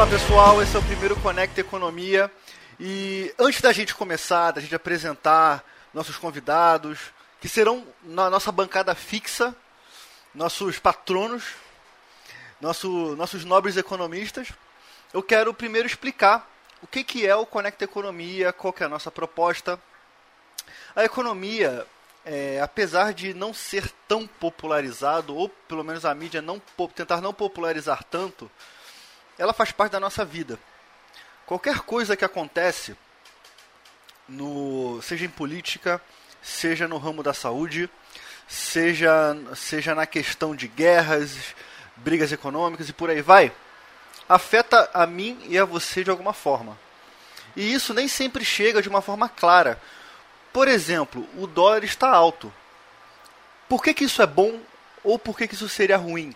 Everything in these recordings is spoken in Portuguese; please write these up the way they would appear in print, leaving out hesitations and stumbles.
Fala pessoal, esse é o primeiro Conecta Economia e antes da gente começar, da gente apresentar nossos convidados, que serão na nossa bancada fixa, nossos patronos, nossos nobres economistas, eu quero primeiro explicar o que é o Conecta Economia, qual que é a nossa proposta. A economia, apesar de não ser tão popularizado, ou pelo menos a mídia tentar não popularizar tanto, ela faz parte da nossa vida. Qualquer coisa que acontece, seja em política, seja no ramo da saúde, seja na questão de guerras, brigas econômicas e por aí vai, afeta a mim e a você de alguma forma. E isso nem sempre chega de uma forma clara. Por exemplo, o dólar está alto. Por que isso é bom ou por que isso seria ruim?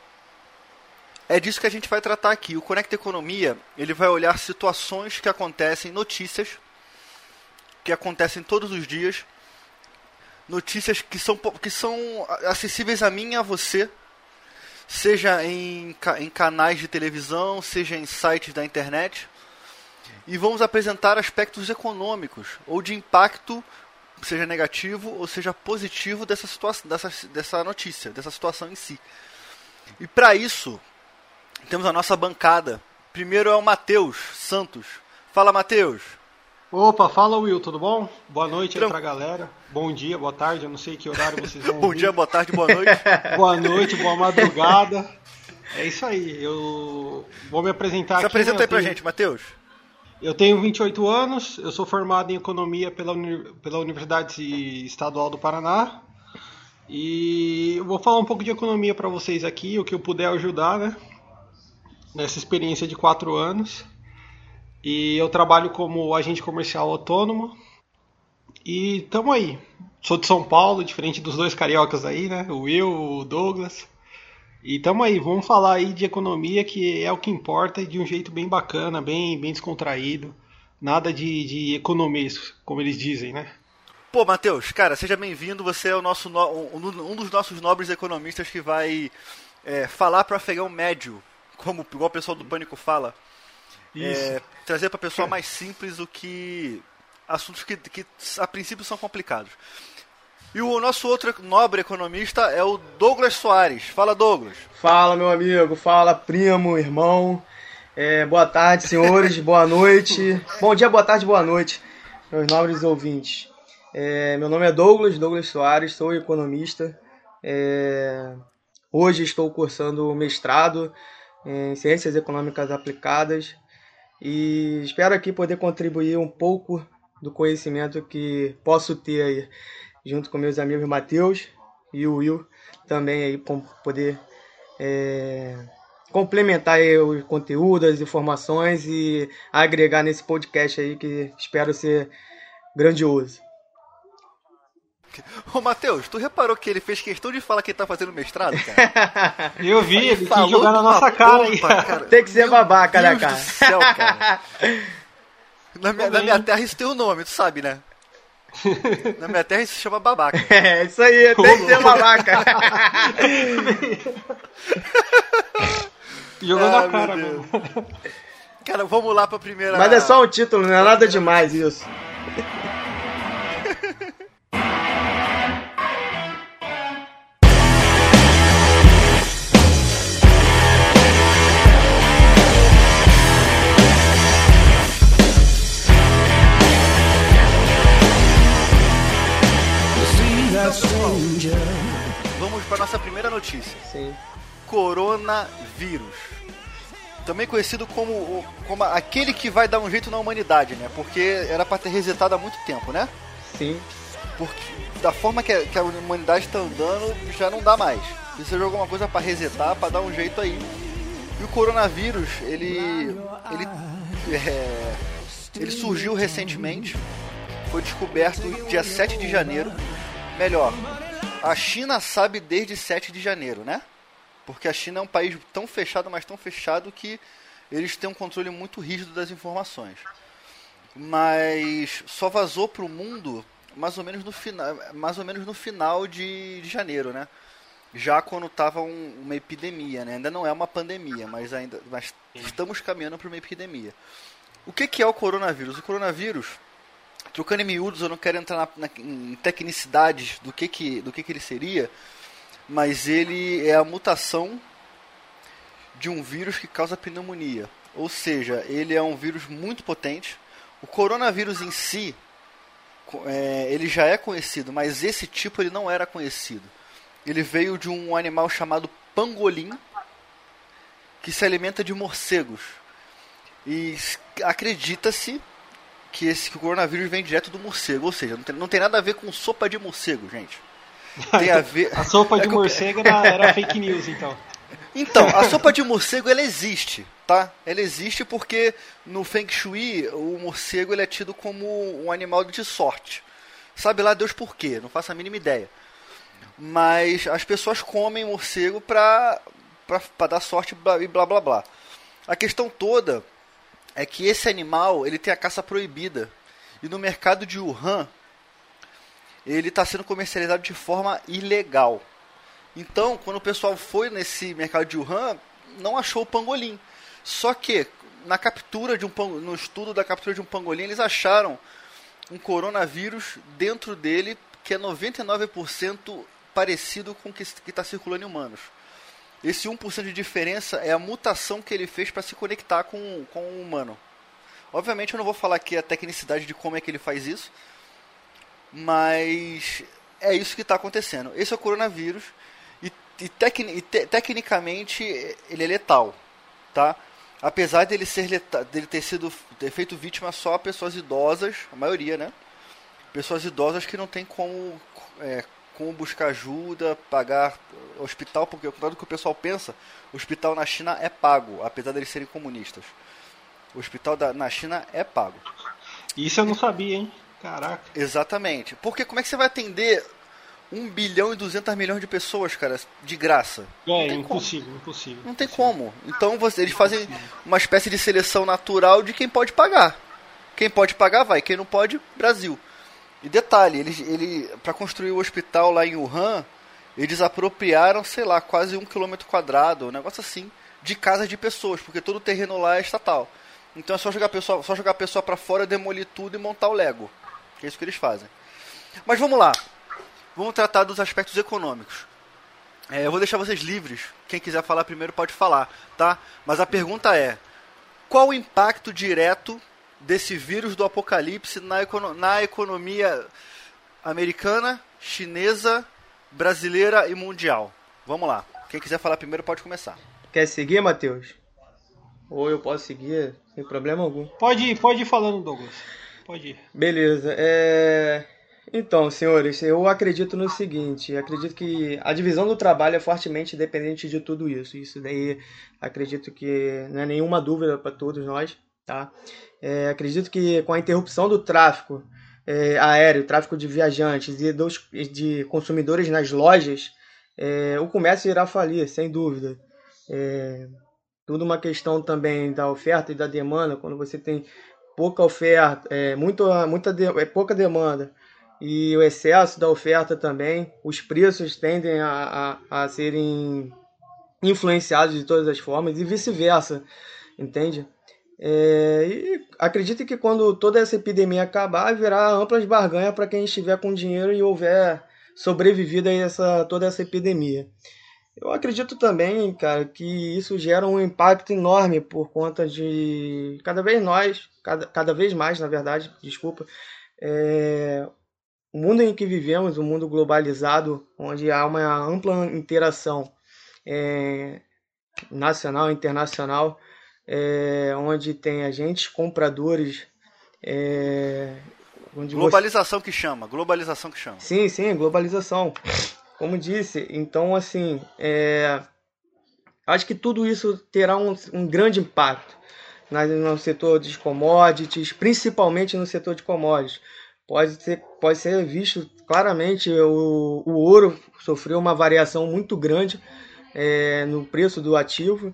É disso que a gente vai tratar aqui. O Conecta Economia, ele vai olhar situações que acontecem, notícias que acontecem todos os dias, notícias que são acessíveis a mim e a você, seja em canais de televisão, seja em sites da internet, e vamos apresentar aspectos econômicos ou de impacto, seja negativo ou seja positivo dessa notícia, dessa situação em si. E para isso, temos a nossa bancada. Primeiro é o Matheus Santos. Fala, Matheus. Opa, fala Will, tudo bom? Boa noite aí pra galera. Bom dia, boa tarde, eu não sei que horário vocês vão Bom dia, boa tarde, boa noite. Boa noite, boa madrugada. É isso aí, eu vou me apresentar aqui. Se apresenta aí pra gente, Matheus. Eu tenho 28 anos, eu sou formado em Economia pela Universidade Estadual do Paraná. E eu vou falar um pouco de economia pra vocês aqui, o que eu puder ajudar, né? Nessa experiência de 4 anos. E eu trabalho como agente comercial autônomo. E tamo aí. Sou de São Paulo, diferente dos dois cariocas aí, né? O Will, o Douglas. E tamo aí, vamos falar aí de economia, que é o que importa, e de um jeito bem bacana, bem descontraído. Nada de economês, como eles dizem, né? Pô, Matheus, cara, seja bem-vindo. Você é um dos nossos nobres economistas que vai falar para o afegão médio, igual o pessoal do Pânico fala. Trazer para a pessoa mais simples assuntos que a princípio são complicados. E o nosso outro nobre economista é o Douglas Soares. Fala, Douglas. Fala, meu amigo. Fala, primo, irmão. Boa tarde, senhores. Boa noite. Bom dia, boa tarde, boa noite, meus nobres ouvintes. Meu nome é Douglas Soares, sou economista. Hoje estou cursando mestrado em Ciências Econômicas Aplicadas e espero aqui poder contribuir um pouco do conhecimento que posso ter aí, junto com meus amigos Matheus e o Will, também aí para poder complementar aí o conteúdo, as informações e agregar nesse podcast aí que espero ser grandioso. Ô, Matheus, tu reparou que ele fez questão de falar que ele tá fazendo mestrado, cara? Eu vi, ele quis jogar na nossa cara aí. Cara. Tem que ser babaca, né, cara? Meu Deus do céu, cara. Na minha terra isso tem um nome, tu sabe, né? Na minha terra isso se chama babaca. Isso aí, tem que ser babaca. Jogou na cara, mano. Cara, vamos lá pra primeira... Mas é só um título, não é nada demais isso. Vamos para nossa primeira notícia. Sim. Coronavírus. Também conhecido como aquele que vai dar um jeito na humanidade, né? Porque era para ter resetado há muito tempo, né? Sim. Porque da forma que a humanidade está andando, já não dá mais. Precisa de alguma coisa para resetar, para dar um jeito aí. E o coronavírus, ele surgiu recentemente. Foi descoberto dia 7 de janeiro. Melhor, a China sabe desde 7 de janeiro, né? Porque a China é um país tão fechado, mas tão fechado que eles têm um controle muito rígido das informações. Mas só vazou para o mundo mais ou menos no final de janeiro, né? já quando estava uma epidemia, né? Ainda não é uma pandemia, mas estamos caminhando para uma epidemia. O que é o coronavírus? O coronavírus, trocando em miúdos, eu não quero entrar em tecnicidades do que ele seria, mas ele é a mutação de um vírus que causa pneumonia. Ou seja, ele é um vírus muito potente. O coronavírus em si, ele já é conhecido, mas esse tipo ele não era conhecido. Ele veio de um animal chamado pangolim, que se alimenta de morcegos. E acredita-se que o coronavírus vem direto do morcego. Ou seja, não tem nada a ver com sopa de morcego, gente. Tem a ver... A sopa de morcego era fake news, então. Então, a sopa de morcego, ela existe, tá? Ela existe porque no Feng Shui, o morcego ele é tido como um animal de sorte. Sabe lá Deus por quê, não faço a mínima ideia. Mas as pessoas comem morcego pra dar sorte e blá blá blá. A questão toda é que esse animal, ele tem a caça proibida. E no mercado de Wuhan, ele está sendo comercializado de forma ilegal. Então, quando o pessoal foi nesse mercado de Wuhan, não achou o pangolim. Só que no estudo da captura de um pangolim, eles acharam um coronavírus dentro dele que é 99% parecido com o que está circulando em humanos. Esse 1% de diferença é a mutação que ele fez para se conectar com o humano. Obviamente eu não vou falar aqui a tecnicidade de como é que ele faz isso, mas é isso que está acontecendo. Esse é o coronavírus. E tecnicamente ele é letal, tá? Apesar dele ter feito vítima só a pessoas idosas, a maioria, né? Pessoas idosas que não tem como buscar ajuda, pagar hospital, porque ao do que o pessoal pensa, o hospital na China é pago, apesar deles serem comunistas. O hospital na China é pago. Isso eu não sabia, hein? Caraca. Exatamente. Porque como é que você vai atender 1 bilhão e 200 milhões de pessoas, cara, de graça? Impossível. Não tem como. Então eles fazem uma espécie de seleção natural de quem pode pagar. Quem pode pagar vai, quem não pode, Brasil. E detalhe, para construir o hospital lá em Wuhan, eles apropriaram, sei lá, quase 1 km², um negócio assim, de casa de pessoas, porque todo o terreno lá é estatal. Então é só jogar a pessoa para fora, demolir tudo e montar o Lego. Que é isso que eles fazem. Mas vamos lá. Vamos tratar dos aspectos econômicos. Eu vou deixar vocês livres. Quem quiser falar primeiro pode falar, tá? Mas a pergunta é: qual o impacto direto desse vírus do apocalipse na economia americana, chinesa, brasileira e mundial? Vamos lá. Quem quiser falar primeiro pode começar. Quer seguir, Matheus? Ou eu posso seguir, sem problema algum. Pode ir falando, Douglas. Pode ir. Beleza. Então, senhores, eu acredito no seguinte, acredito que a divisão do trabalho é fortemente dependente de tudo isso. Isso daí, acredito que não é nenhuma dúvida para todos nós, tá? Acredito que com a interrupção do tráfego aéreo, tráfego de viajantes e de consumidores nas lojas, o comércio irá falir, sem dúvida. Tudo uma questão também da oferta e da demanda. Quando você tem pouca oferta, pouca demanda, e o excesso da oferta também, os preços tendem a serem influenciados de todas as formas e vice-versa, entende? E acredito que quando toda essa epidemia acabar, haverá amplas barganhas para quem estiver com dinheiro e houver sobrevivido a toda essa epidemia. Eu acredito também, cara, que isso gera um impacto enorme por conta de cada vez mais, na verdade, o mundo em que vivemos, um mundo globalizado, onde há uma ampla interação nacional e internacional, onde tem agentes compradores. Globalização que chama. Sim, globalização. Como disse, então, assim, acho que tudo isso terá um grande impacto no setor de commodities, principalmente no setor de commodities. Pode ser visto claramente, o ouro sofreu uma variação muito grande no preço do ativo.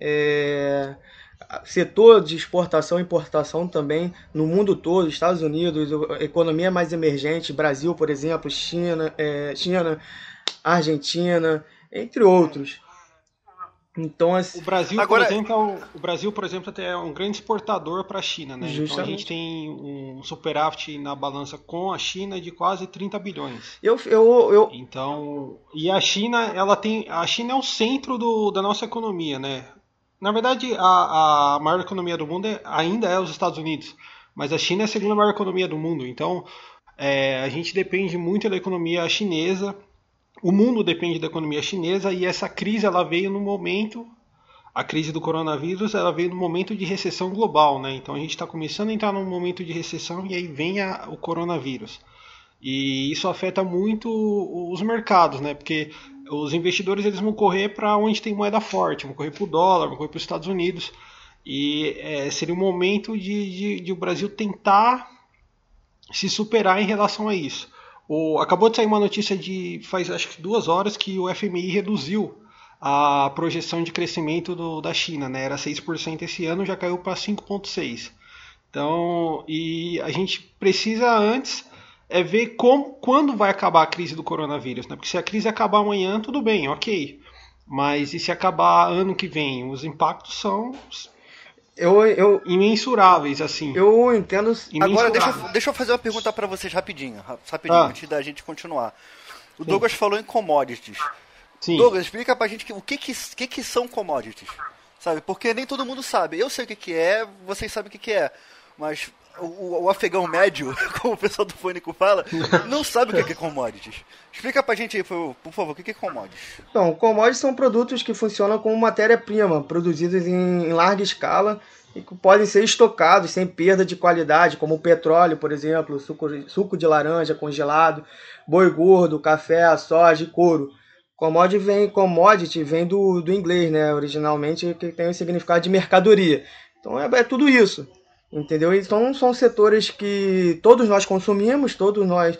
Setor de exportação e importação também no mundo todo, Estados Unidos, economia mais emergente, Brasil, por exemplo, China, Argentina, entre outros. Então, assim, O Brasil, Agora- por exemplo, até é um grande exportador para a China, né? Então a Justamente. gente tem um superávit na balança com a China de quase 30 bilhões. eu, Então, e a China, a China é o centro da nossa economia, né? Na verdade, a maior economia do mundo ainda é os Estados Unidos, mas a China é a segunda maior economia do mundo. Então, a gente depende muito da economia chinesa. O mundo depende da economia chinesa e essa crise ela veio no momento, a crise do coronavírus, ela veio no momento de recessão global, né? Então a gente está começando a entrar num momento de recessão e aí vem o coronavírus. E isso afeta muito os mercados, né? Porque os investidores eles vão correr para onde tem moeda forte, vão correr para o dólar, vão correr para os Estados Unidos. E seria um momento de o Brasil tentar se superar em relação a isso. Acabou de sair uma notícia faz acho que 2 horas que o FMI reduziu a projeção de crescimento da China, né? Era 6% esse ano, já caiu para 5,6%. Então, e a gente precisa antes ver quando vai acabar a crise do coronavírus, né? Porque se a crise acabar amanhã, tudo bem, ok. Mas e se acabar ano que vem? Os impactos são imensuráveis, assim. eu entendo. Agora, Imensuráveis. deixa eu fazer uma pergunta para vocês rapidinho, antes da gente continuar. O Douglas falou em commodities. Sim. Douglas, explica pra gente o que são commodities, sabe? Porque nem todo mundo sabe. Eu sei o que é, vocês sabem o que é, mas o afegão médio, como o pessoal do Fônico fala, não sabe o que é commodities. Explica pra gente aí, por favor, o que é commodities? Então, commodities são produtos que funcionam como matéria-prima, produzidos em larga escala e que podem ser estocados sem perda de qualidade, como o petróleo, por exemplo, suco de laranja congelado, boi gordo, café, soja e couro. Commodity vem do inglês, né? Originalmente, que tem o significado de mercadoria. Então é tudo isso, entendeu? Então são setores que todos nós consumimos, todos nós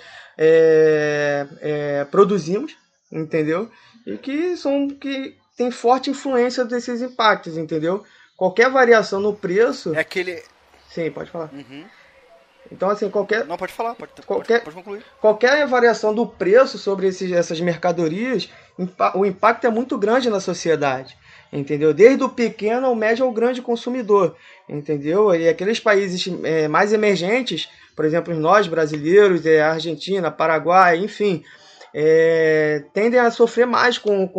produzimos, entendeu? E que tem forte influência desses impactos, entendeu? Qualquer variação no preço... É aquele... Sim, pode falar. Uhum. Então, assim, Não, pode falar, pode concluir. Qualquer variação do preço sobre essas mercadorias, o impacto é muito grande na sociedade, entendeu? Desde o pequeno ao médio ao grande consumidor, entendeu? E aqueles países mais emergentes, por exemplo, nós brasileiros, Argentina, Paraguai, enfim, tendem a sofrer mais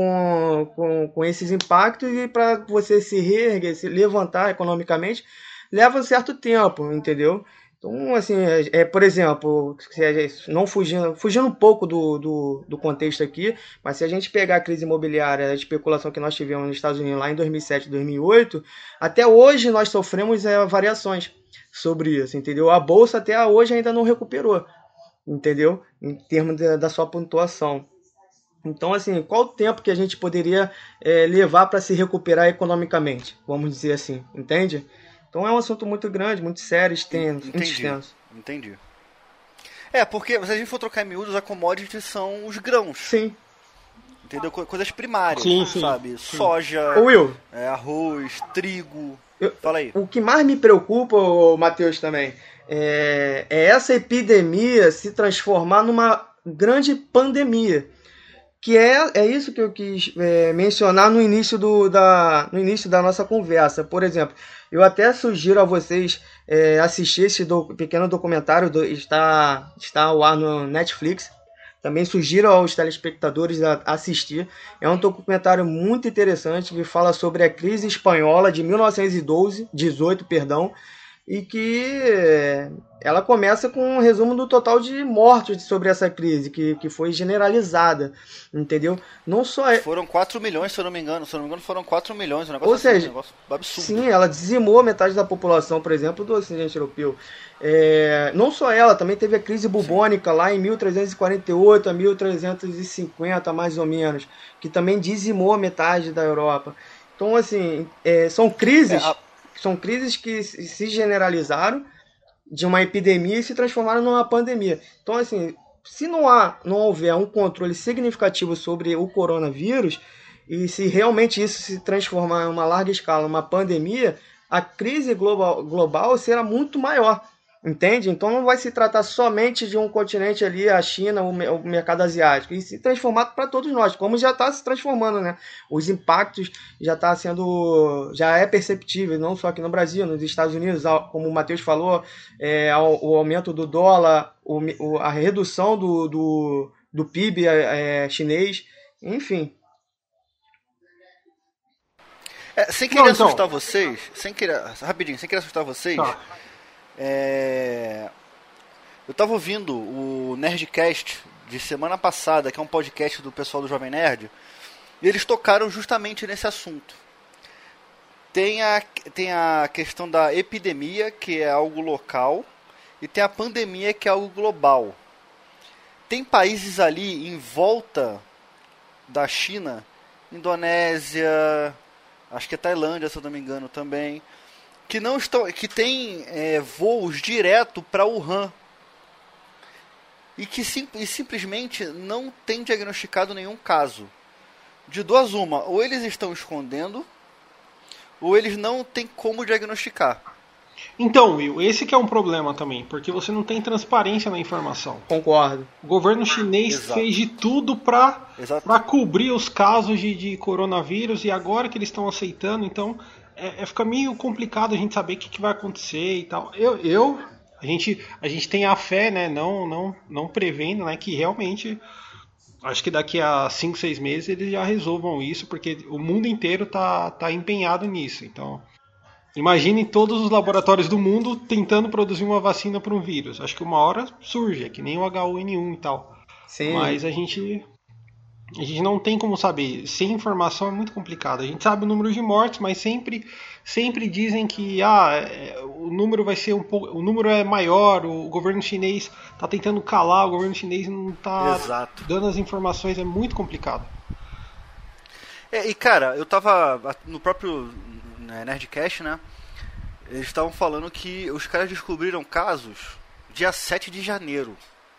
com esses impactos e para você se reerguer, se levantar economicamente, leva um certo tempo, entendeu? Então, assim, por exemplo, não fugindo um pouco do contexto aqui, mas se a gente pegar a crise imobiliária, a especulação que nós tivemos nos Estados Unidos lá em 2007, 2008, até hoje nós sofremos variações sobre isso, entendeu? A Bolsa até hoje ainda não recuperou, entendeu? Em termos da sua pontuação. Então, assim, qual o tempo que a gente poderia levar para se recuperar economicamente, vamos dizer assim, entende? Então é um assunto muito grande, muito sério, extenso. Entendi. Porque se a gente for trocar em miúdos, a commodity são os grãos. Sim. Entendeu? Coisas primárias, sim, sabe? Sim. Soja, Will, arroz, trigo. Fala aí. O que mais me preocupa, Matheus, também, é essa epidemia se transformar numa grande pandemia. Que é isso que eu quis mencionar no início da nossa conversa. Por exemplo, eu até sugiro a vocês assistir esse pequeno documentário, está ao ar no Netflix. Também sugiro aos telespectadores a assistir. É um documentário muito interessante que fala sobre a crise espanhola de 1918, e que ela começa com um resumo do total de mortos sobre essa crise, que foi generalizada, entendeu? Não só Foram 4 milhões, se eu não me engano, foram 4 milhões, um negócio Ou seja, um negócio absurdo. Sim, ela dizimou metade da população, por exemplo, do Ocidente Europeu. Não só ela, também teve a crise bubônica lá em 1348 a 1350, mais ou menos, que também dizimou metade da Europa. Então, assim, são crises que se generalizaram de uma epidemia e se transformaram numa pandemia. Então, assim, se não houver um controle significativo sobre o coronavírus, e se realmente isso se transformar em uma larga escala, uma pandemia, a crise global será muito maior, Entende? Então não vai se tratar somente de um continente ali, a China, o mercado asiático, e se transformar para todos nós, como já está se transformando, né? Os impactos já é perceptível, não só aqui no Brasil, nos Estados Unidos, como o Matheus falou, o aumento do dólar, a redução do PIB chinês, enfim. Sem querer assustar vocês, rapidinho, sem querer assustar vocês, Tá. Eu tava ouvindo o Nerdcast de semana passada, que é um podcast do pessoal do Jovem Nerd, e eles tocaram justamente nesse assunto. Tem a questão da epidemia, que é algo local, e tem a pandemia, que é algo global. Tem países ali em volta da China, Indonésia, acho que é Tailândia, se eu não me engano também, que tem voos direto para Wuhan e que simplesmente não tem diagnosticado nenhum caso. De duas uma, ou eles estão escondendo, ou eles não têm como diagnosticar. Então, Will, esse que é um problema também, porque você não tem transparência na informação. Concordo. O governo chinês fez de tudo para cobrir os casos de coronavírus, e agora que eles estão aceitando, então fica meio complicado a gente saber o que vai acontecer e tal. A gente tem a fé, né, não prevendo, né, que realmente, acho que daqui a 5, 6 meses eles já resolvam isso, porque o mundo inteiro tá empenhado nisso. Então, imaginem todos os laboratórios do mundo tentando produzir uma vacina para um vírus. Acho que uma hora surge, é que nem o H1N1 e tal. Sim. Mas a gente não tem como saber. Sem informação é muito complicado. A gente sabe o número de mortes, mas sempre dizem que o número vai ser o número é maior, o governo chinês está tentando calar, o governo chinês não está dando as informações, é muito complicado. E cara, eu tava no próprio Nerdcast, né? Eles estavam falando que os caras descobriram casos dia 7 de janeiro.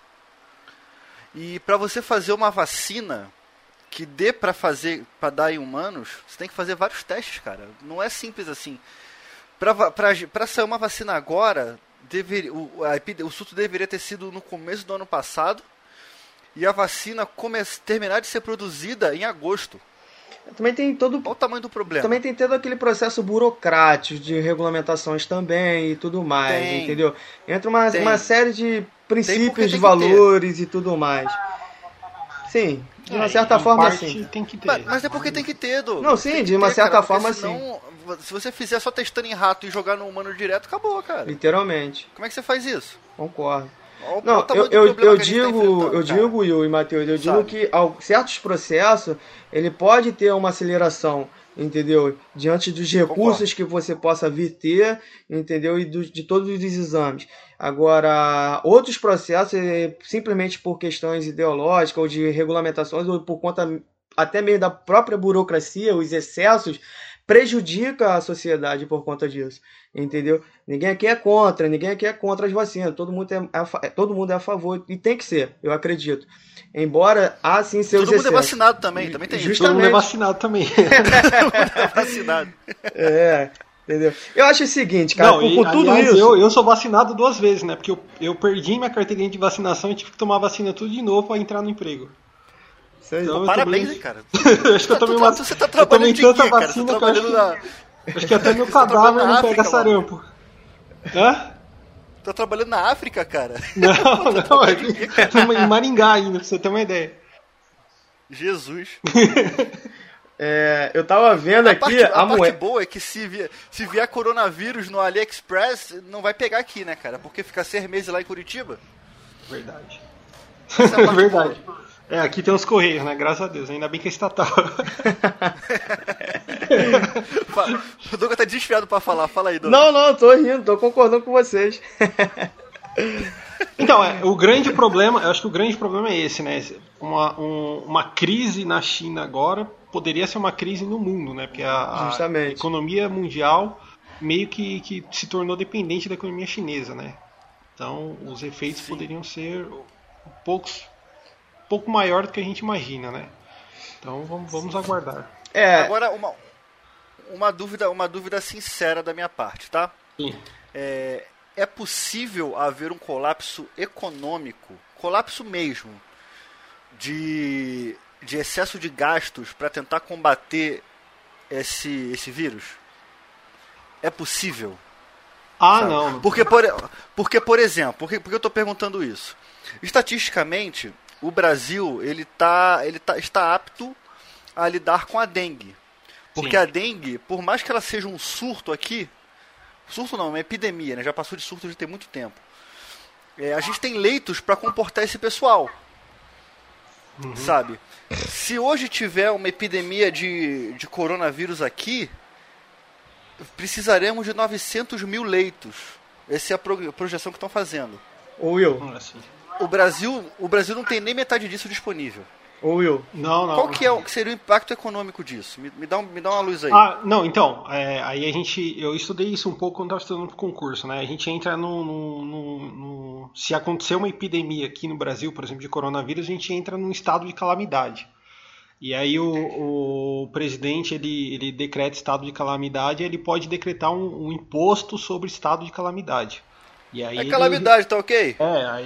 E para você fazer uma vacina que dê para dar em humanos, você tem que fazer vários testes, cara. Não é simples assim. Para sair uma vacina agora, o surto deveria ter sido no começo do ano passado e a vacina terminar de ser produzida em agosto. Também tem Qual o tamanho do problema? Também tem todo aquele processo burocrático de regulamentações também e tudo mais, entendeu? Entra uma série de princípios, de valores e tudo mais. Sim, de uma certa forma sim. Tem que ter. Mas é porque tem que ter, Douglas. Não, sim, de uma certa forma senão, sim. Se você fizer só testando em rato e jogar no humano direto, acabou, cara. Literalmente. Como é que você faz isso? Concordo. Não, eu digo, Will e Matheus, digo que certos processos ele pode ter uma aceleração, entendeu? Diante dos recursos que você possa vir ter, entendeu? E de todos os exames. Agora, outros processos, simplesmente por questões ideológicas ou de regulamentações, ou por conta até mesmo da própria burocracia, os excessos, prejudica a sociedade por conta disso, entendeu? Ninguém aqui é contra as vacinas, todo mundo é a favor, e tem que ser, eu acredito. Embora há sim seus excessos. Todo mundo é vacinado também tem isso. Todo mundo é vacinado também. Todo mundo é vacinado. Entendeu? Eu acho o seguinte, cara, por tudo aliás, isso... Eu sou vacinado 2 vezes, né? Porque eu perdi minha carteirinha de vacinação e tive que tomar vacina tudo de novo para entrar no emprego. Então, parabéns, hein, cara. Acho que eu tomei você tá trabalhando de quê, cara? Você tá trabalhando acho que até meu cadáver não pega sarampo. Hã? Tá trabalhando na África, cara? Não, em Maringá ainda, pra você ter uma ideia. Jesus. Eu tava vendo aqui... A parte boa é que se vier coronavírus no AliExpress, não vai pegar aqui, né, cara? Porque fica 6 meses lá em Curitiba. Verdade. Essa é a parte verdade. Boa. Aqui tem os Correios, né? Graças a Deus. Ainda bem que é estatal. O Douglas tá desfiado pra falar. Fala aí, Douglas. Não, tô rindo. Tô concordando com vocês. Então, o grande problema... Eu acho que o grande problema é esse, né? Uma crise na China agora poderia ser uma crise no mundo, né? Porque a economia mundial meio que se tornou dependente da economia chinesa, né? Então, os efeitos poderiam ser pouco maior do que a gente imagina, né? Então vamos aguardar. Agora uma dúvida sincera da minha parte, tá? Sim. é possível haver um colapso econômico, colapso mesmo, de excesso de gastos para tentar combater esse vírus? É possível? Sabe? Não. Porque, por exemplo, por que eu estou perguntando isso? Estatisticamente, o Brasil está apto a lidar com a dengue. Porque Sim. a dengue, por mais que ela seja um surto aqui, surto não, é uma epidemia, né? Já passou de surto já tem muito tempo. A gente tem leitos para comportar esse pessoal. Sabe? Se hoje tiver uma epidemia de coronavírus aqui, precisaremos de 900 mil leitos. Essa é a projeção que estão fazendo. Ô Will, O Brasil não tem nem metade disso disponível. ô Will, Não. Qual que seria o impacto econômico disso? Me dá uma luz aí. Não, então, aí eu estudei isso um pouco quando estava estudando para o concurso, né? A gente entra se acontecer uma epidemia aqui no Brasil, por exemplo, de coronavírus, a gente entra num estado de calamidade. E aí o presidente, ele decreta estado de calamidade, ele pode decretar um imposto sobre estado de calamidade. E aí calamidade, tá ok? Aí...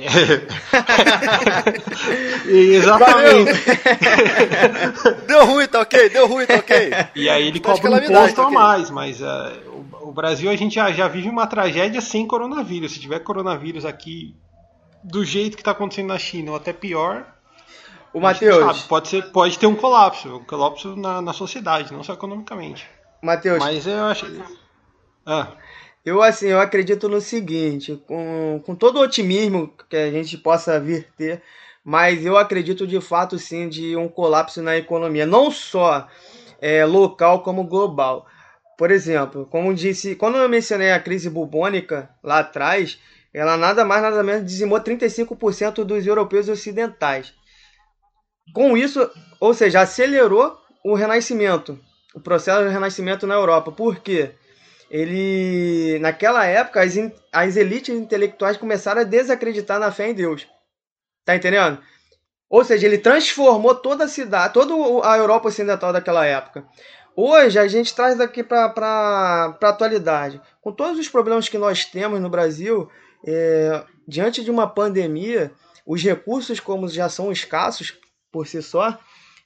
Exatamente. Deu ruim, tá ok? E aí ele Estado de cobra um calamidade, imposto tá a ok? mais, mas o Brasil a gente já vive uma tragédia sem coronavírus. Se tiver coronavírus aqui do jeito que está acontecendo na China ou até pior, o a gente não Matheus, sabe. Pode ter um colapso na sociedade, não só economicamente. Matheus, Mas eu acho... eu acredito no seguinte, com todo o otimismo que a gente possa vir ter, mas eu acredito de fato sim de um colapso na economia, não só local como global. Por exemplo, como disse, quando eu mencionei a crise bubônica lá atrás, ela nada mais nada menos dizimou 35% dos europeus ocidentais. Com isso, ou seja, acelerou o renascimento, o processo de renascimento na Europa. Por quê? Naquela época, as elites intelectuais começaram a desacreditar na fé em Deus. Tá entendendo? Ou seja, ele transformou toda a cidade, toda a Europa ocidental daquela época. Hoje, a gente traz daqui para a atualidade. Com todos os problemas que nós temos no Brasil, diante de uma pandemia, os recursos, como já são escassos por si só,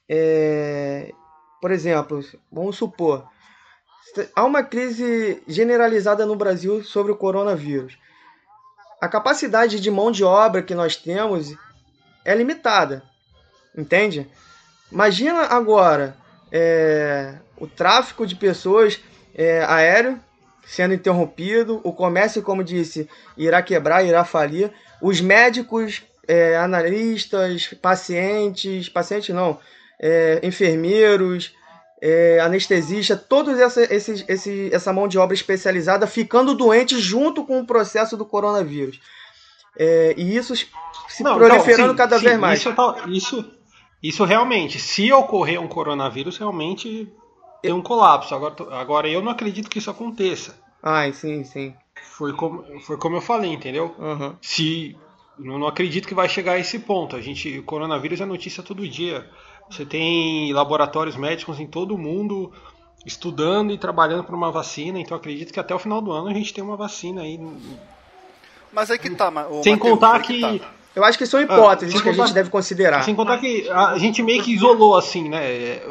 por exemplo, vamos supor, há uma crise generalizada no Brasil sobre o coronavírus. A capacidade de mão de obra que nós temos é limitada, entende? Imagina agora o tráfego de pessoas aéreo sendo interrompido, o comércio, como disse, irá quebrar, irá falir, os médicos, analistas, enfermeiros, anestesista, toda essa mão de obra especializada ficando doente junto com o processo do coronavírus. E isso se proliferando cada vez mais. Isso realmente, se ocorrer um coronavírus, realmente tem um colapso. Agora eu não acredito que isso aconteça. Sim. Foi como eu falei, entendeu? Uhum. Eu não acredito que vai chegar a esse ponto. O coronavírus é notícia todo dia. Você tem laboratórios médicos em todo o mundo estudando e trabalhando por uma vacina, então acredito que até o final do ano a gente tem uma vacina aí. Mas aí que tá, sem contar que... Eu acho que são hipóteses que a gente deve considerar. Sem contar que a gente meio que isolou, assim, né?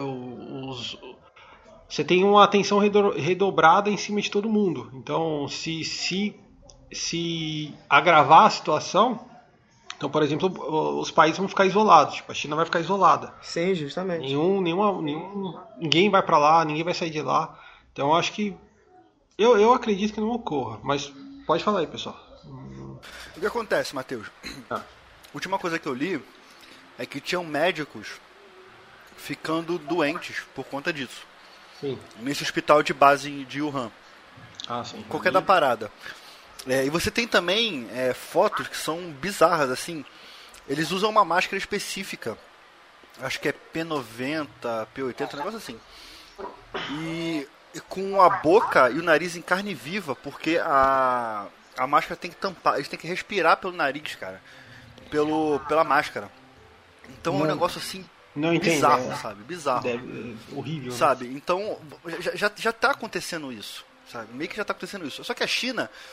Você tem uma atenção redobrada em cima de todo mundo. Então, se agravar a situação... Então, por exemplo, os países vão ficar isolados. Tipo, a China vai ficar isolada. Sim, justamente. Ninguém vai pra lá, ninguém vai sair de lá. Então, eu acho que... Eu acredito que não ocorra. Mas pode falar aí, pessoal. O que acontece, Matheus? A última coisa que eu li é que tinham médicos ficando doentes por conta disso. Sim. Nesse hospital de base de Wuhan. Sim. Qualquer da parada. E você tem também fotos que são bizarras, assim. Eles usam uma máscara específica. Acho que é P90, P80, um negócio assim. E com a boca e o nariz em carne viva, porque a máscara tem que tampar, eles têm que respirar pelo nariz, cara. Pela máscara. Então é um negócio assim bizarro, sabe? Bizarro. Horrível. Sabe? Então já tá acontecendo isso. Sabe? Meio que já tá acontecendo isso. Só que a China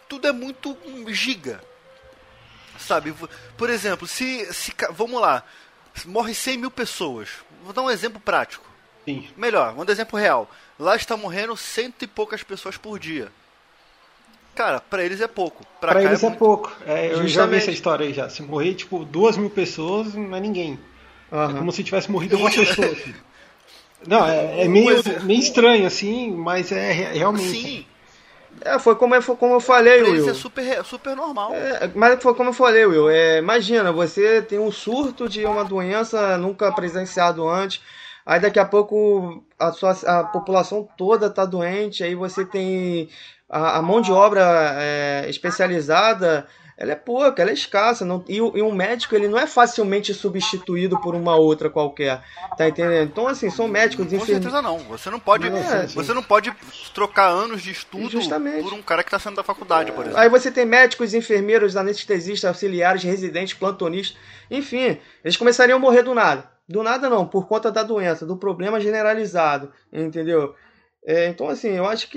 tudo é muito giga. Sabe? Por exemplo, vamos lá, morre 100 mil pessoas. Vou dar um exemplo prático. Sim. Melhor, vamos dar um exemplo real. Lá está morrendo 100 e poucas pessoas por dia. Cara, pra eles é pouco. Pra eles é pouco. Eu Justamente. já vi essa história aí já. Se morrer, 2.000 pessoas, não é ninguém. É como se tivesse morrido uma pessoa. Assim. Não, é meio estranho, assim, mas é realmente. Sim. Foi como eu falei, Pra Will. eles é super normal. Mas foi como eu falei, Will. Imagina, você tem um surto de uma doença nunca presenciado antes, aí daqui a pouco a população toda tá doente, aí você tem a mão de obra especializada, ela é pouca, ela é escassa. E um médico, ele não é facilmente substituído por uma outra qualquer. Tá entendendo? Então, assim, são médicos... Com certeza não. Você não pode trocar anos de estudo Justamente. por um cara que está saindo da faculdade, por exemplo. Aí você tem médicos, enfermeiros, anestesistas, auxiliares, residentes, plantonistas. Enfim, eles começariam a morrer do nada. Do nada não, por conta da doença, do problema generalizado. Entendeu? Então, assim, eu acho que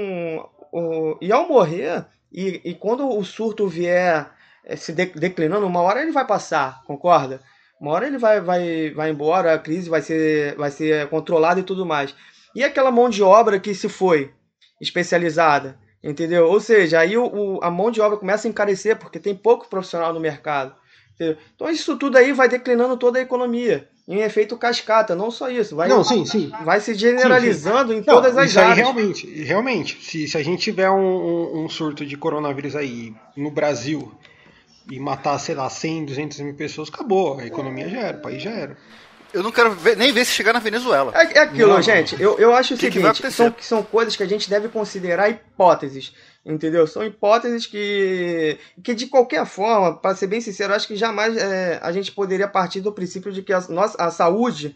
e ao morrer... E quando o surto vier se declinando, uma hora ele vai passar, concorda? Uma hora ele vai embora, a crise vai ser controlada e tudo mais. E aquela mão de obra que se foi especializada, entendeu? Ou seja, aí a mão de obra começa a encarecer porque tem pouco profissional no mercado. Entendeu? Então isso tudo aí vai declinando toda a economia. Em efeito cascata, não só isso. Vai se generalizando em todas as áreas. Realmente, se a gente tiver um surto de coronavírus aí no Brasil e matar, sei lá, 100, 200 mil pessoas, acabou. A economia já era, o país já era. Eu não quero nem ver se chegar na Venezuela. É aquilo, gente. Eu acho o seguinte, são coisas que a gente deve considerar hipóteses. Entendeu? São hipóteses que de qualquer forma, para ser bem sincero, acho que jamais a gente poderia partir do princípio de que a nossa saúde,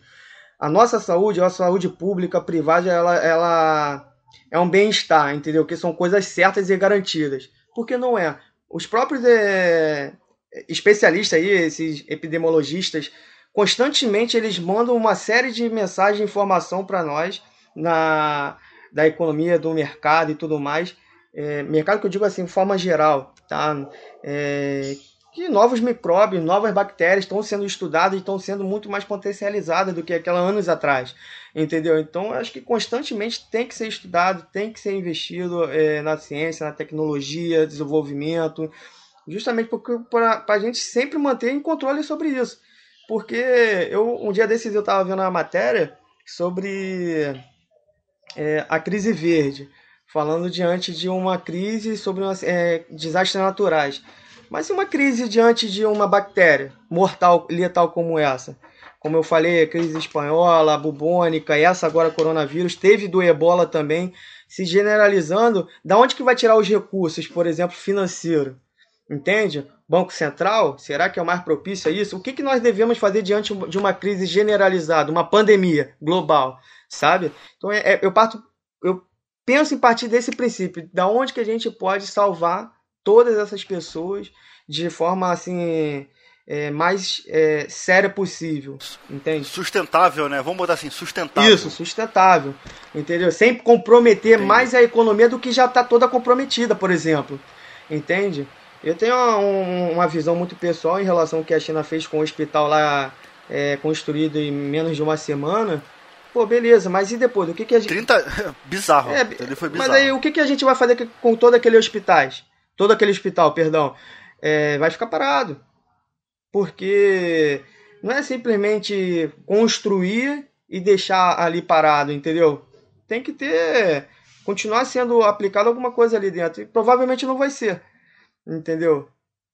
a saúde pública, privada, ela é um bem-estar, entendeu? Que são coisas certas e garantidas. Porque não é. Os próprios especialistas aí, esses epidemiologistas, constantemente eles mandam uma série de mensagens de informação para nós da economia, do mercado e tudo mais. Mercado que eu digo assim, de forma geral, tá? Que novos micróbios, novas bactérias estão sendo estudadas e estão sendo muito mais potencializadas do que aquela anos atrás, entendeu? Então, acho que constantemente tem que ser estudado, tem que ser investido na ciência, na tecnologia, desenvolvimento, justamente para a gente sempre manter em controle sobre isso. Porque um dia desses eu estava vendo uma matéria sobre a crise verde, falando diante de uma crise sobre desastres naturais. Mas e uma crise diante de uma bactéria mortal, letal como essa? Como eu falei, a crise espanhola, a bubônica, essa agora coronavírus, teve do ebola também, se generalizando. Da onde que vai tirar os recursos, por exemplo, financeiro? Entende? Banco Central, será que é o mais propício a isso? O que nós devemos fazer diante de uma crise generalizada, uma pandemia global, sabe? Então eu penso em partir desse princípio, da onde que a gente pode salvar todas essas pessoas de forma assim mais séria possível, entende? Sustentável, né? Vamos botar assim, sustentável. Isso, sustentável, entendeu? Sem comprometer mais a economia do que já está toda comprometida, por exemplo, entende? Eu tenho uma visão muito pessoal em relação ao que a China fez com o hospital lá construído em menos de uma semana. Pô, beleza, mas e depois? O que a gente... Bizarro. Ele foi bizarro. Mas aí o que a gente vai fazer com todo aquele hospital? Vai ficar parado. Porque não é simplesmente construir e deixar ali parado, entendeu? Tem que continuar sendo aplicado alguma coisa ali dentro. E provavelmente não vai ser. Entendeu?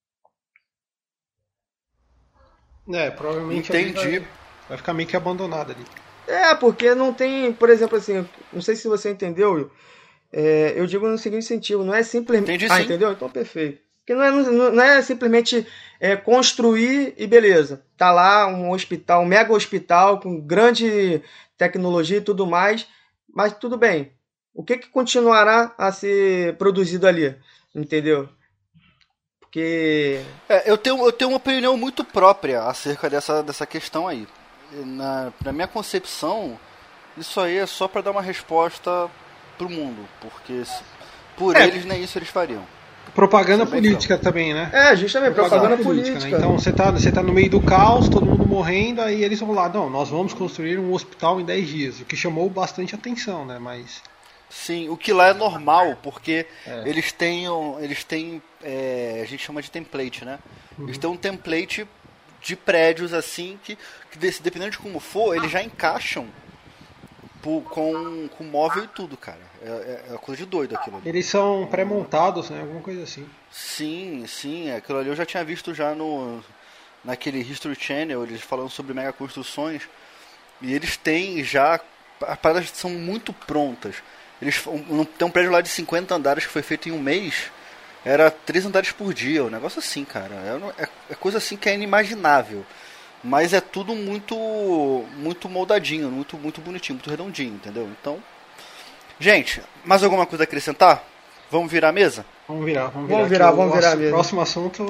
Provavelmente entendi. Vai ficar meio que abandonado ali. Porque não tem, por exemplo, assim, não sei se você entendeu, Will. Eu digo no seguinte sentido, não é simplesmente... Entendi, sim. Entendeu? Então, perfeito. Porque não é simplesmente construir e beleza. Tá lá um hospital, um mega hospital com grande tecnologia e tudo mais, mas tudo bem. O que continuará a ser produzido ali? Entendeu? Porque... eu tenho uma opinião muito própria acerca dessa questão aí. Na minha concepção, isso aí é só para dar uma resposta pro mundo, porque por eles nem isso eles fariam. Propaganda política também, né? Justamente, propaganda política. Né? Então você tá no meio do caos, todo mundo morrendo, aí eles vão lá, não, nós vamos construir um hospital em 10 dias, o que chamou bastante atenção, né? Mas... Sim, o que lá é normal, porque eles têm a gente chama de template, né? Eles têm um template de prédios assim, que dependendo de como for, eles já encaixam com móvel e tudo, cara. É uma coisa de doido aquilo ali. Eles são pré-montados, né? Alguma coisa assim. Sim, aquilo ali eu já tinha visto já naquele History Channel, eles falando sobre mega construções, e eles têm já, as paradas são muito prontas. Tem um prédio lá de 50 andares que foi feito em um mês, era 3 andares por dia, um negócio assim, cara. É coisa assim que é inimaginável. Mas é tudo muito moldadinho, muito bonitinho, muito redondinho, entendeu? Então, gente, mais alguma coisa a acrescentar? Vamos virar a mesa? Vamos virar a mesa. Próximo assunto...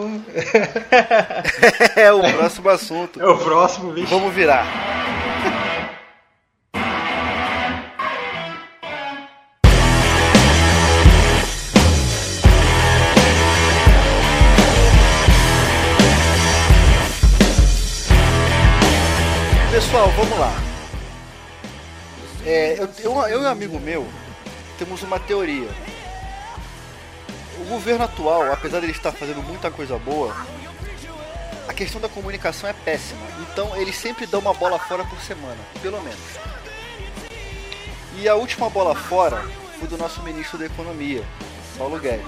É o próximo assunto. É o próximo, bicho. Vamos virar. Pessoal, vamos lá. Eu e um amigo meu temos uma teoria. O governo atual, apesar de ele estar fazendo muita coisa boa, a questão da comunicação é péssima. Então eles sempre dão uma bola fora por semana, pelo menos. E a última bola fora foi do nosso ministro da Economia, Paulo Guedes.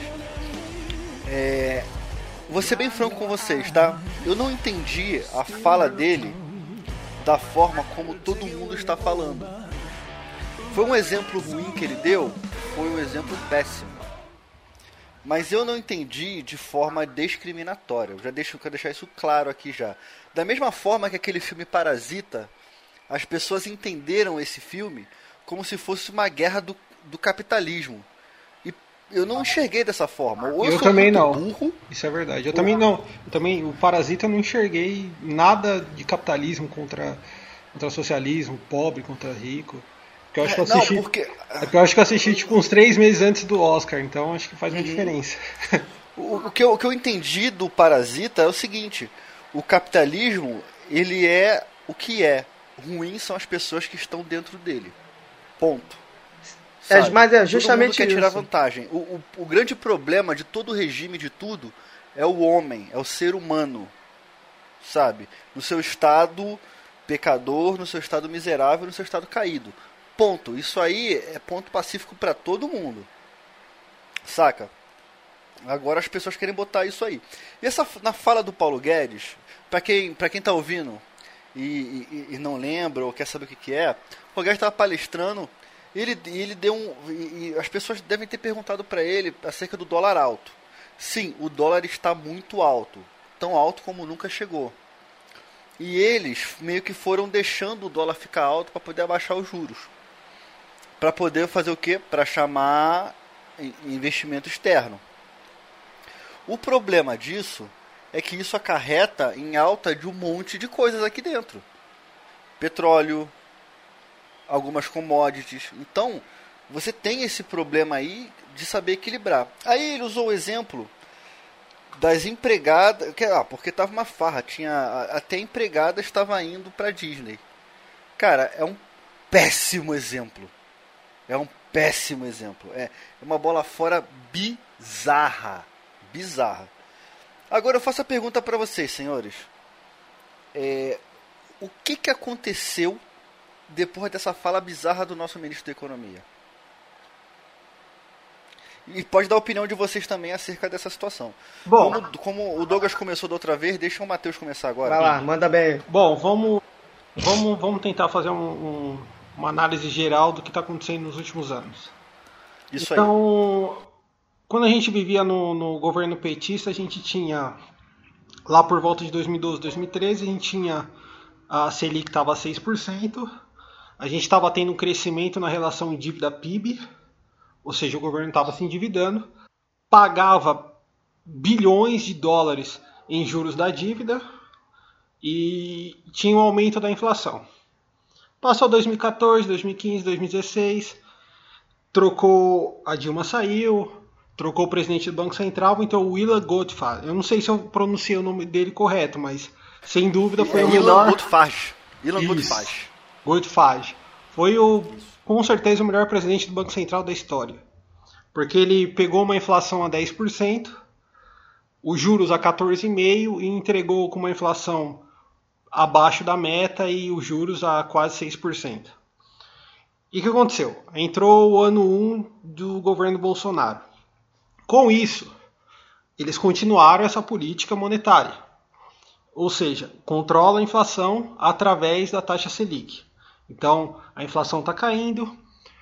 Vou ser bem franco com vocês, tá? Eu não entendi a fala dele da forma como todo mundo está falando. Foi um exemplo ruim que ele deu? Foi um exemplo péssimo. Mas eu não entendi de forma discriminatória. Eu quero deixar isso claro aqui já. Da mesma forma que aquele filme Parasita, as pessoas entenderam esse filme como se fosse uma guerra do capitalismo. E eu não enxerguei dessa forma. Ou eu também não. Burro, isso é verdade. Eu também não. O Parasita eu não enxerguei nada de capitalismo contra socialismo, pobre contra rico. Porque eu acho que eu assisti, eu acho que eu assisti tipo uns 3 meses antes do Oscar, então acho que faz uma diferença. O que eu entendi do Parasita é o seguinte: o capitalismo, ele é o que é. Ruim são as pessoas que estão dentro dele. Ponto. Mas é justamente todo mundo quer tirar isso. vantagem. O grande problema de todo regime, de tudo, é o homem, é o ser humano. Sabe? No seu estado pecador, no seu estado miserável, no seu estado caído. Ponto. Isso aí é ponto pacífico para todo mundo. Saca? Agora as pessoas querem botar isso aí. E na fala do Paulo Guedes, para quem tá ouvindo e não lembra ou quer saber o que é, o Paulo Guedes estava palestrando, ele deu e as pessoas devem ter perguntado para ele acerca do dólar alto. Sim, o dólar está muito alto, tão alto como nunca chegou. E eles meio que foram deixando o dólar ficar alto para poder abaixar os juros. Para poder fazer o quê? Para chamar investimento externo. O problema disso é que isso acarreta em alta de um monte de coisas aqui dentro. Petróleo, algumas commodities. Então, você tem esse problema aí de saber equilibrar. Aí ele usou o exemplo das empregadas, porque tava uma farra, até empregada estava indo para Disney. Cara, é um péssimo exemplo. É uma bola fora bizarra. Agora eu faço a pergunta para vocês, senhores. O que aconteceu depois dessa fala bizarra do nosso ministro da Economia? E pode dar a opinião de vocês também acerca dessa situação. Bom, como o Douglas começou da outra vez, deixa o Matheus começar agora. Vai lá, manda bem. Bom, vamos tentar fazer uma análise geral do que está acontecendo nos últimos anos. Isso então, quando a gente vivia no governo petista, a gente tinha, lá por volta de 2012, 2013, a gente tinha a Selic estava a 6%, a gente estava tendo um crescimento na relação dívida-PIB, ou seja, o governo estava se endividando, pagava bilhões de dólares em juros da dívida e tinha um aumento da inflação. Passou 2014, 2015, 2016, a Dilma saiu, trocou o presidente do Banco Central, então o Willa Goldfarb. Eu não sei se eu pronunciei o nome dele correto, mas sem dúvida foi o melhor. Goldfarb. Foi com certeza o melhor presidente do Banco Central da história. Porque ele pegou uma inflação a 10%, os juros a 14,5% e entregou com uma inflação abaixo da meta e os juros a quase 6%. E o que aconteceu? Entrou o ano 1 do governo Bolsonaro. Com isso, eles continuaram essa política monetária. Ou seja, controla a inflação através da taxa Selic. Então, a inflação está caindo,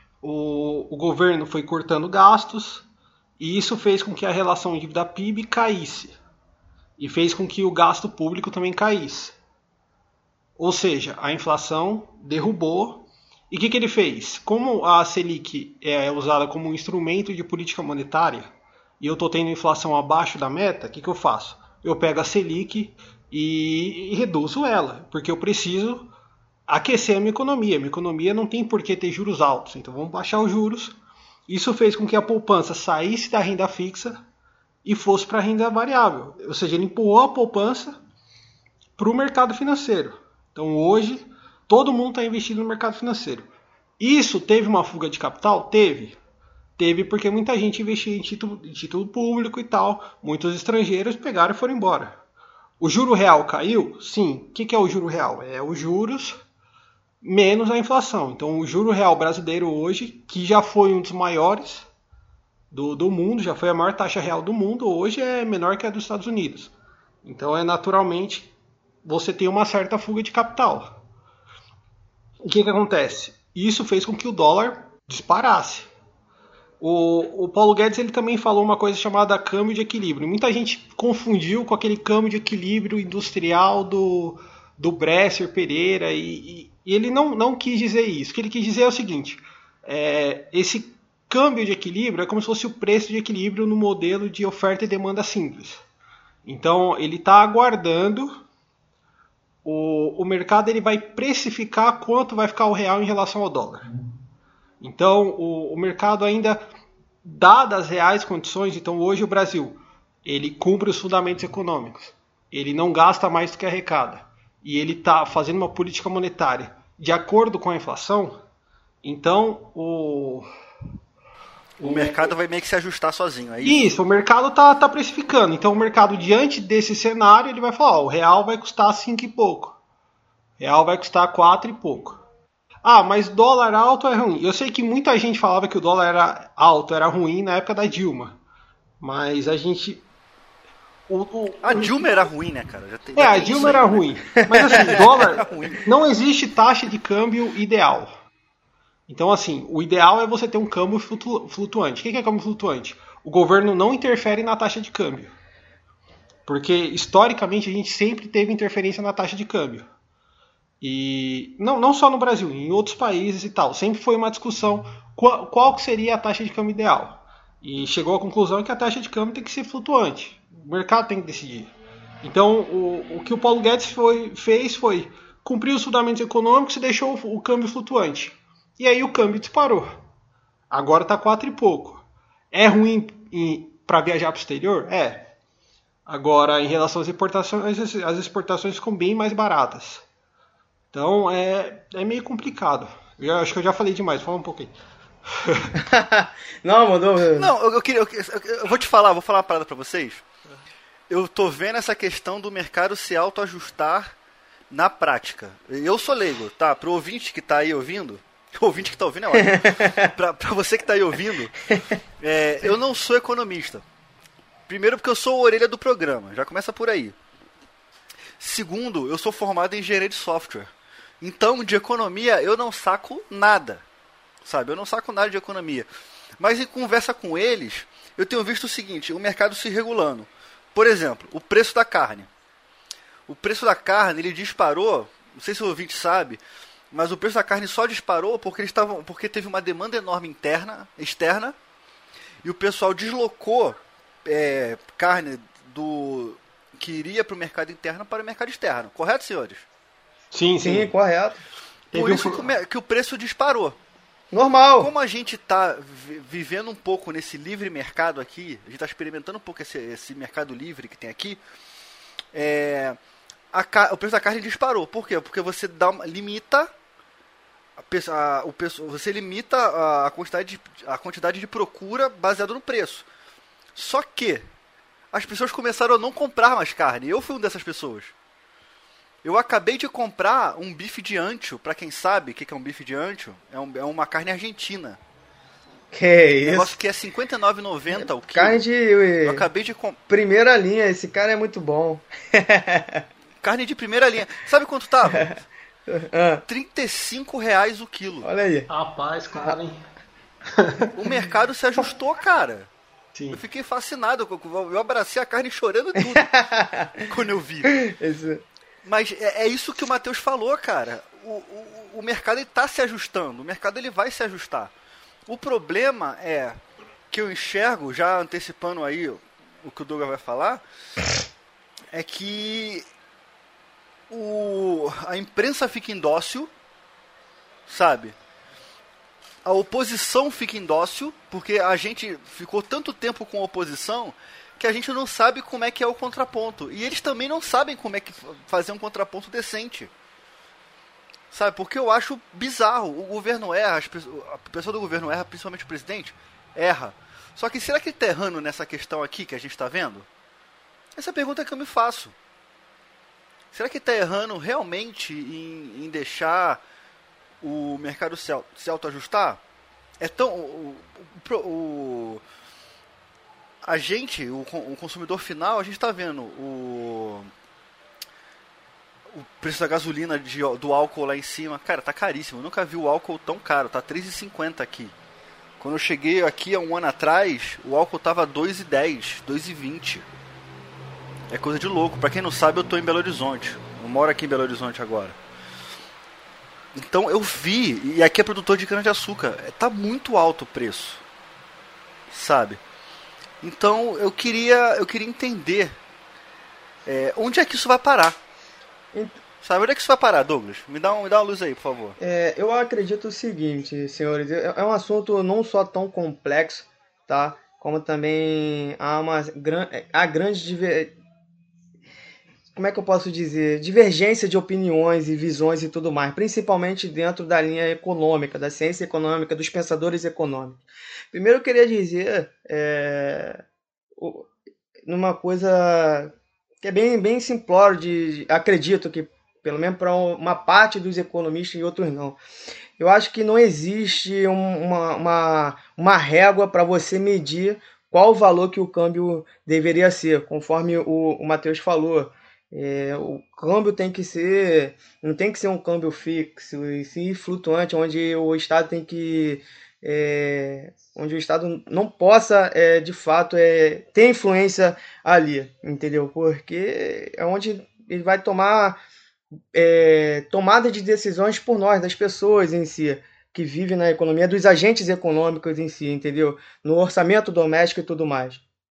o governo foi cortando gastos, e isso fez com que a relação dívida-PIB caísse. E fez com que o gasto público também caísse. Ou seja, a inflação derrubou. E o que ele fez? Como a Selic é usada como um instrumento de política monetária, e eu estou tendo inflação abaixo da meta, o que eu faço? Eu pego a Selic e reduzo ela, porque eu preciso aquecer a minha economia. Minha economia não tem por que ter juros altos, então vamos baixar os juros. Isso fez com que a poupança saísse da renda fixa e fosse para a renda variável. Ou seja, ele empurrou a poupança para o mercado financeiro. Então hoje, todo mundo está investindo no mercado financeiro. Isso teve uma fuga de capital? Teve. Teve porque muita gente investia em título público e tal. Muitos estrangeiros pegaram e foram embora. O juro real caiu? Sim. O que é o juro real? É os juros menos a inflação. Então o juro real brasileiro hoje, que já foi um dos maiores do mundo, já foi a maior taxa real do mundo, hoje é menor que a dos Estados Unidos. Então naturalmente você tem uma certa fuga de capital. O que acontece? Isso fez com que o dólar disparasse. O Paulo Guedes ele também falou uma coisa chamada câmbio de equilíbrio. Muita gente confundiu com aquele câmbio de equilíbrio industrial do Bresser Pereira e ele não quis dizer isso. O que ele quis dizer é o seguinte: esse câmbio de equilíbrio é como se fosse o preço de equilíbrio no modelo de oferta e demanda simples. Então ele está aguardando. O mercado ele vai precificar quanto vai ficar o real em relação ao dólar. Então, o mercado ainda, dadas as reais condições, então hoje o Brasil, ele cumpre os fundamentos econômicos. Ele não gasta mais do que arrecada. E ele está fazendo uma política monetária de acordo com a inflação. Então, o mercado vai meio que se ajustar sozinho. Isso, o mercado está precificando. Então, o mercado, diante desse cenário, ele vai falar, o real vai custar 5 e pouco. O real vai custar 4 e pouco. Ah, mas dólar alto é ruim. Eu sei que muita gente falava que o dólar era alto, era ruim na época da Dilma. Mas a gente... A Dilma era ruim, né, cara? A Dilma era ruim. Mas assim, dólar... Não existe taxa de câmbio ideal. Então, assim, o ideal é você ter um câmbio flutuante. O que é câmbio flutuante? O governo não interfere na taxa de câmbio. Porque, historicamente, a gente sempre teve interferência na taxa de câmbio. E não só no Brasil, em outros países e tal. Sempre foi uma discussão qual seria a taxa de câmbio ideal. E chegou à conclusão que a taxa de câmbio tem que ser flutuante. O mercado tem que decidir. Então, o que o Paulo Guedes fez foi cumprir os fundamentos econômicos e deixou o câmbio flutuante. E aí o câmbio disparou. Agora está 4 e pouco. É ruim para viajar para o exterior? É. Agora, em relação às exportações, as exportações ficam bem mais baratas. Então, é meio complicado. Acho que eu já falei demais. Fala um pouquinho. Não, mandou. Não, eu vou falar uma parada pra vocês. Eu tô vendo essa questão do mercado se autoajustar na prática. Eu sou leigo, tá? Pro ouvinte que tá aí ouvindo, o ouvinte que tá ouvindo é ótimo. pra você que tá aí ouvindo, eu não sou economista. Primeiro porque eu sou a orelha do programa, já começa por aí. Segundo, eu sou formado em engenharia de software. Então, de economia, eu não saco nada. Sabe? Eu não saco nada de economia. Mas em conversa com eles, eu tenho visto o seguinte, o mercado se regulando. Por exemplo, o preço da carne. O preço da carne, ele disparou, não sei se o ouvinte sabe, mas o preço da carne só disparou porque teve uma demanda enorme externa, e o pessoal deslocou carne que iria para o mercado interno para o mercado externo. Correto, senhores? Sim, correto. Por isso que o preço disparou. Normal. Como a gente está vivendo um pouco nesse livre mercado aqui, a gente está experimentando um pouco esse mercado livre que tem aqui, o preço da carne disparou. Por quê? Porque você limita você limita a quantidade de procura baseado no preço. Só que as pessoas começaram a não comprar mais carne. Eu fui uma dessas pessoas. Eu acabei de comprar um bife de ancho. Pra quem sabe o que é um bife de ancho, é uma carne argentina. Que isso? Um negócio que é R$ 59,90 o quilo. Carne de... Eu acabei de comprar. Primeira linha, esse cara é muito bom. Carne de primeira linha. Sabe quanto tava? R$35 o quilo. Olha aí. Rapaz, cara, hein? O mercado se ajustou, cara. Sim. Eu fiquei fascinado. Eu abracei a carne chorando tudo quando eu vi. Mas é isso que o Matheus falou, cara. O mercado está se ajustando. O mercado ele vai se ajustar. O problema é que eu enxergo, já antecipando aí o que o Douglas vai falar, é que a imprensa fica indócil, sabe? A oposição fica indócil, porque a gente ficou tanto tempo com a oposição que a gente não sabe como é que é o contraponto. E eles também não sabem como é que fazer um contraponto decente. Sabe? Porque eu acho bizarro. O governo erra, a pessoa do governo erra, principalmente o presidente, erra. Só que será que ele está errando nessa questão aqui que a gente está vendo? Essa é a pergunta que eu me faço. Será que está errando realmente em deixar o mercado se autoajustar? É tão... A gente, o consumidor final, a gente está vendo o preço da gasolina, do álcool lá em cima. Cara, tá caríssimo. Eu nunca vi o álcool tão caro. Tá R$3,50 aqui. Quando eu cheguei aqui há um ano atrás, o álcool tava R$2,10, R$2,20. É coisa de louco. Pra quem não sabe, eu tô em Belo Horizonte. Eu moro aqui em Belo Horizonte agora. Então eu vi, e aqui é produtor de cana-de-açúcar, tá muito alto o preço. Sabe? Então eu queria entender onde é que isso vai parar. Sabe, onde é que isso vai parar, Douglas? Me dá uma luz aí, por favor. Eu acredito o seguinte, senhores, é um assunto não só tão complexo, tá? Como também há grande como é que eu posso dizer? Divergência de opiniões e visões e tudo mais, principalmente dentro da linha econômica, da ciência econômica, dos pensadores econômicos. Primeiro eu queria dizer numa coisa que é bem simplório, acredito que, pelo menos para uma parte dos economistas e outros não. Eu acho que não existe uma régua para você medir qual o valor que o câmbio deveria ser, conforme o Matheus falou. O câmbio não tem que ser um câmbio fixo, e sim flutuante, onde o Estado tem que... onde o Estado não possa, de fato, ter influência ali, entendeu? Porque é onde ele vai tomar tomada de decisões por nós, das pessoas em si, que vivem na economia, dos agentes econômicos em si, entendeu? No orçamento doméstico e tudo mais.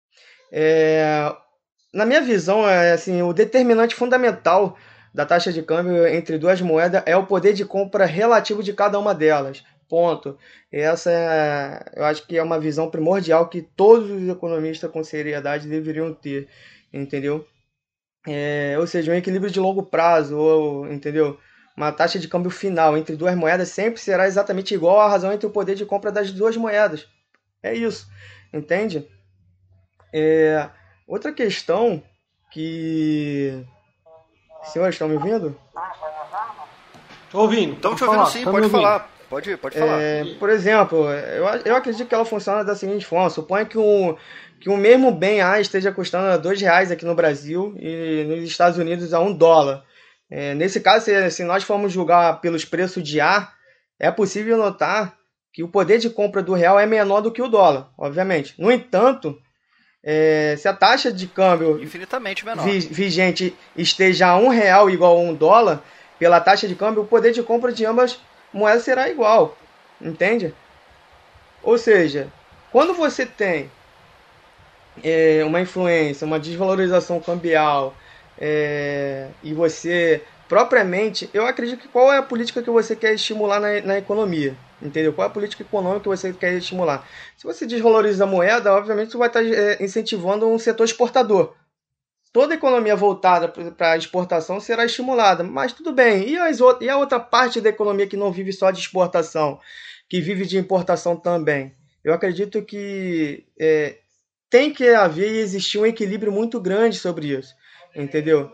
Na minha visão, assim, o determinante fundamental da taxa de câmbio entre duas moedas é o poder de compra relativo de cada uma delas. Ponto. Essa eu acho que é uma visão primordial que todos os economistas com seriedade deveriam ter, entendeu? Ou seja, um equilíbrio de longo prazo, entendeu? Uma taxa de câmbio final entre duas moedas sempre será exatamente igual à razão entre o poder de compra das duas moedas. É isso, entende? Outra questão que... Senhores, estão me ouvindo? Tô ouvindo. Estamos te ouvindo sim, pode falar. Pode falar. Por exemplo, eu acredito que ela funciona da seguinte forma. Suponha que o mesmo bem A esteja custando R$2 aqui no Brasil e nos Estados Unidos a $1. Nesse caso, se nós formos julgar pelos preços de A, é possível notar que o poder de compra do real é menor do que o dólar, obviamente. No entanto, se a taxa de câmbio infinitamente menor vigente esteja a R$1 igual a $1, pela taxa de câmbio, o poder de compra de ambas moedas será igual, entende? Ou seja, quando você tem uma influência, uma desvalorização cambial, e você propriamente, eu acredito que qual é a política que você quer estimular na economia? Entendeu? Qual é a política econômica que você quer estimular? Se você desvaloriza a moeda, obviamente você vai estar incentivando um setor exportador. Toda economia voltada para a exportação será estimulada, mas tudo bem. E a outra parte da economia que não vive só de exportação, que vive de importação também? Eu acredito que tem que haver e existir um equilíbrio muito grande sobre isso, entendeu?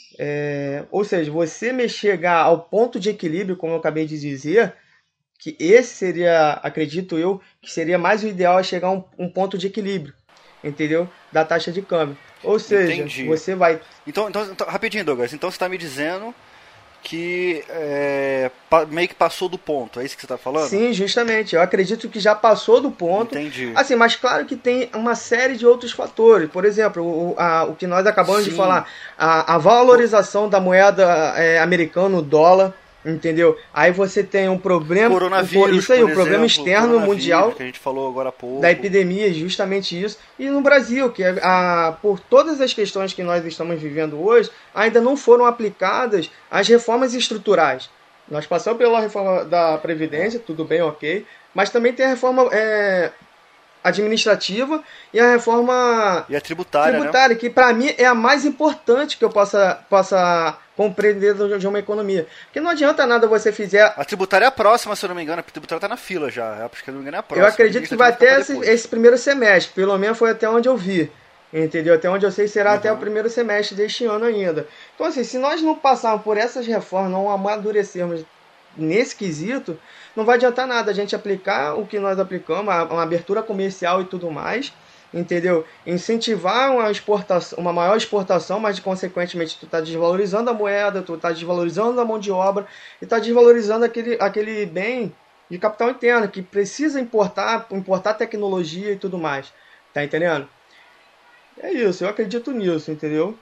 Ou seja, você chegar ao ponto de equilíbrio, como eu acabei de dizer, que esse seria, acredito eu, que seria mais o ideal é chegar a um ponto de equilíbrio, entendeu? Da taxa de câmbio. Ou seja, Entendi. Você vai... Então, rapidinho, Douglas. Então você está me dizendo que meio que passou do ponto, é isso que você está falando? Sim, justamente. Eu acredito que já passou do ponto. Entendi. Assim, mas claro que tem uma série de outros fatores. Por exemplo, o que nós acabamos de falar, a valorização da moeda americana, o dólar, entendeu? Aí você tem um problema... Coronavírus, isso aí, por um problema exemplo, externo mundial. Que a gente falou agora há pouco. Da epidemia, justamente isso. E no Brasil, que por todas as questões que nós estamos vivendo hoje, ainda não foram aplicadas as reformas estruturais. Nós passamos pela reforma da Previdência, tudo bem, ok, mas também tem a reforma administrativa e a reforma e a tributária, né? Que para mim é a mais importante que eu possa compreender de uma economia. Porque não adianta nada você fizer... A tributária é a próxima, se eu não me engano. A tributária está na fila já. Acho que não me engano é a próxima. Eu acredito que vai até esse primeiro semestre. Pelo menos foi até onde eu vi. Entendeu? Até onde eu sei será até o primeiro semestre deste ano ainda. Então assim, se nós não passarmos por essas reformas, não amadurecermos nesse quesito, não vai adiantar nada a gente aplicar o que nós aplicamos, uma abertura comercial e tudo mais, entendeu? Incentivar uma maior exportação, mas consequentemente tu está desvalorizando a moeda, tu está desvalorizando a mão de obra e está desvalorizando aquele bem de capital interno que precisa importar tecnologia e tudo mais. Tá entendendo? É isso, eu acredito nisso, entendeu?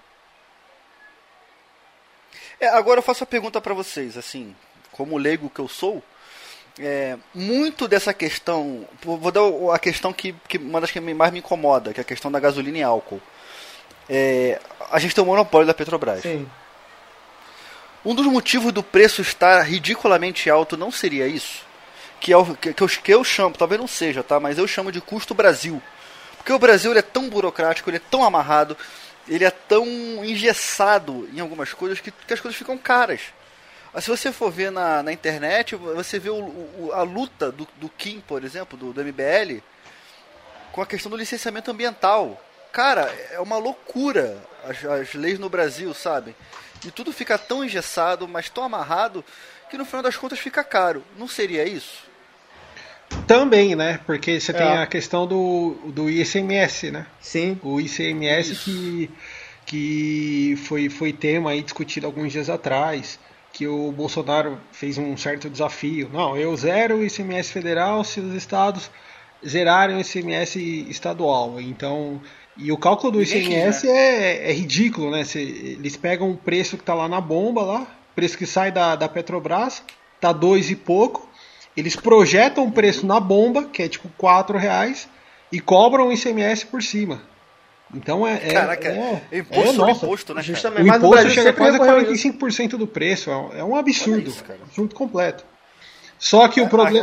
Agora eu faço a pergunta para vocês, assim, como leigo que eu sou, muito dessa questão, vou dar a questão que uma das que mais me incomoda, que é a questão da gasolina e álcool. A gente tem o monopólio da Petrobras. Sim. Um dos motivos do preço estar ridiculamente alto não seria isso? Que eu chamo, talvez não seja, tá? Mas eu chamo de custo Brasil. Porque o Brasil ele é tão burocrático, ele é tão amarrado, ele é tão engessado em algumas coisas que as coisas ficam caras. Se você for ver na internet, você vê a luta do Kim, por exemplo, do MBL, com a questão do licenciamento ambiental. Cara, é uma loucura as leis no Brasil, sabe? E tudo fica tão engessado, mas tão amarrado, que no final das contas fica caro. Não seria isso? Também, né? Porque você tem a questão do ICMS, né? Sim. O ICMS que foi tema aí discutido alguns dias atrás, que o Bolsonaro fez um certo desafio. Não, eu zero o ICMS federal se os estados zerarem o ICMS estadual. Então, e o cálculo do ICMS é ridículo, né? Eles pegam o preço que está lá na bomba, lá, preço que sai da Petrobras, tá 2 e pouco. Eles projetam o preço na bomba, que é tipo R$4, e cobram o ICMS por cima. Então imposto sobre imposto, né? Justamente. O Mas imposto chega quase a 45% do preço. É um absurdo. Isso, cara. Absurdo completo. Só que o problema.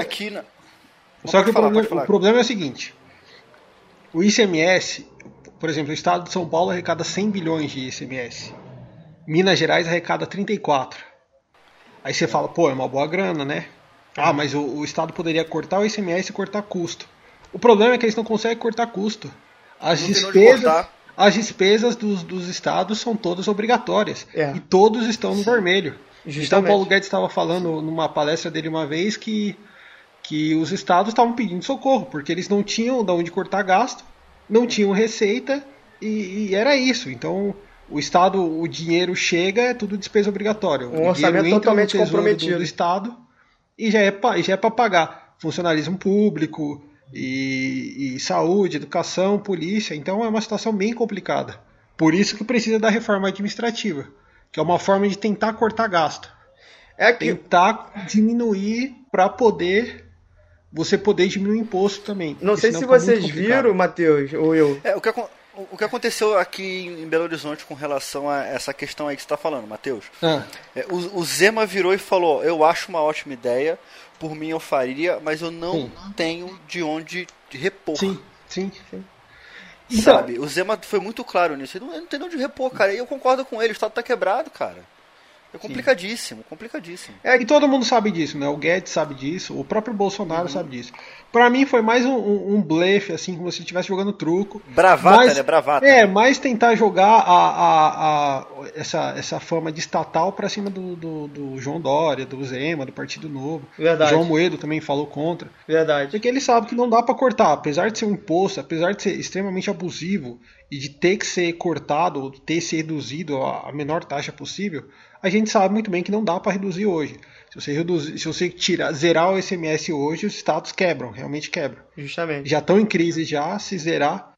O problema é o seguinte: o ICMS, por exemplo, o estado de São Paulo arrecada 100 bilhões de ICMS. Minas Gerais arrecada 34. Aí você fala, pô, é uma boa grana, né? Ah, mas o estado poderia cortar o ICMS e cortar custo. O problema é que eles não conseguem cortar custo. As despesas dos estados são todas obrigatórias. E todos estão no vermelho. Justamente. Então, Paulo Guedes estava falando numa palestra dele uma vez que os estados estavam pedindo socorro, porque eles não tinham de onde cortar gasto, não tinham receita, e era isso. Então, o estado, o dinheiro chega, é tudo despesa obrigatória. Um orçamento totalmente comprometido do estado e já é para pagar funcionalismo público, e saúde, educação, polícia. Então é uma situação bem complicada. Por isso que precisa da reforma administrativa, que é uma forma de tentar cortar gasto. Tentar diminuir para você poder diminuir o imposto também. Não sei se vocês viram, Matheus, ou eu. O que aconteceu aqui em Belo Horizonte com relação a essa questão aí que você está falando, Matheus? O Zema virou e falou, eu acho uma ótima ideia, por mim eu faria, mas eu não tenho de onde repor. Sim. Sabe? Então, o Zema foi muito claro nisso. Ele não tem onde repor, cara. E eu concordo com ele. O Estado tá quebrado, cara. É complicadíssimo. E todo mundo sabe disso, né? O Guedes sabe disso, o próprio Bolsonaro sabe disso. Pra mim foi mais um blefe, assim, como se ele estivesse jogando truco. Bravata, né? Bravata. Mais tentar jogar essa fama de estatal pra cima do João Dória, do Zema, do Partido Novo. Verdade. João Moedo também falou contra. Verdade. Porque ele sabe que não dá pra cortar, apesar de ser um imposto, apesar de ser extremamente abusivo e de ter que ser cortado, ou ter que ser reduzido a menor taxa possível, a gente sabe muito bem que não dá para reduzir hoje. Se você zerar o ICMS hoje, os estados quebram, realmente quebram. Justamente. Já estão em crise se zerar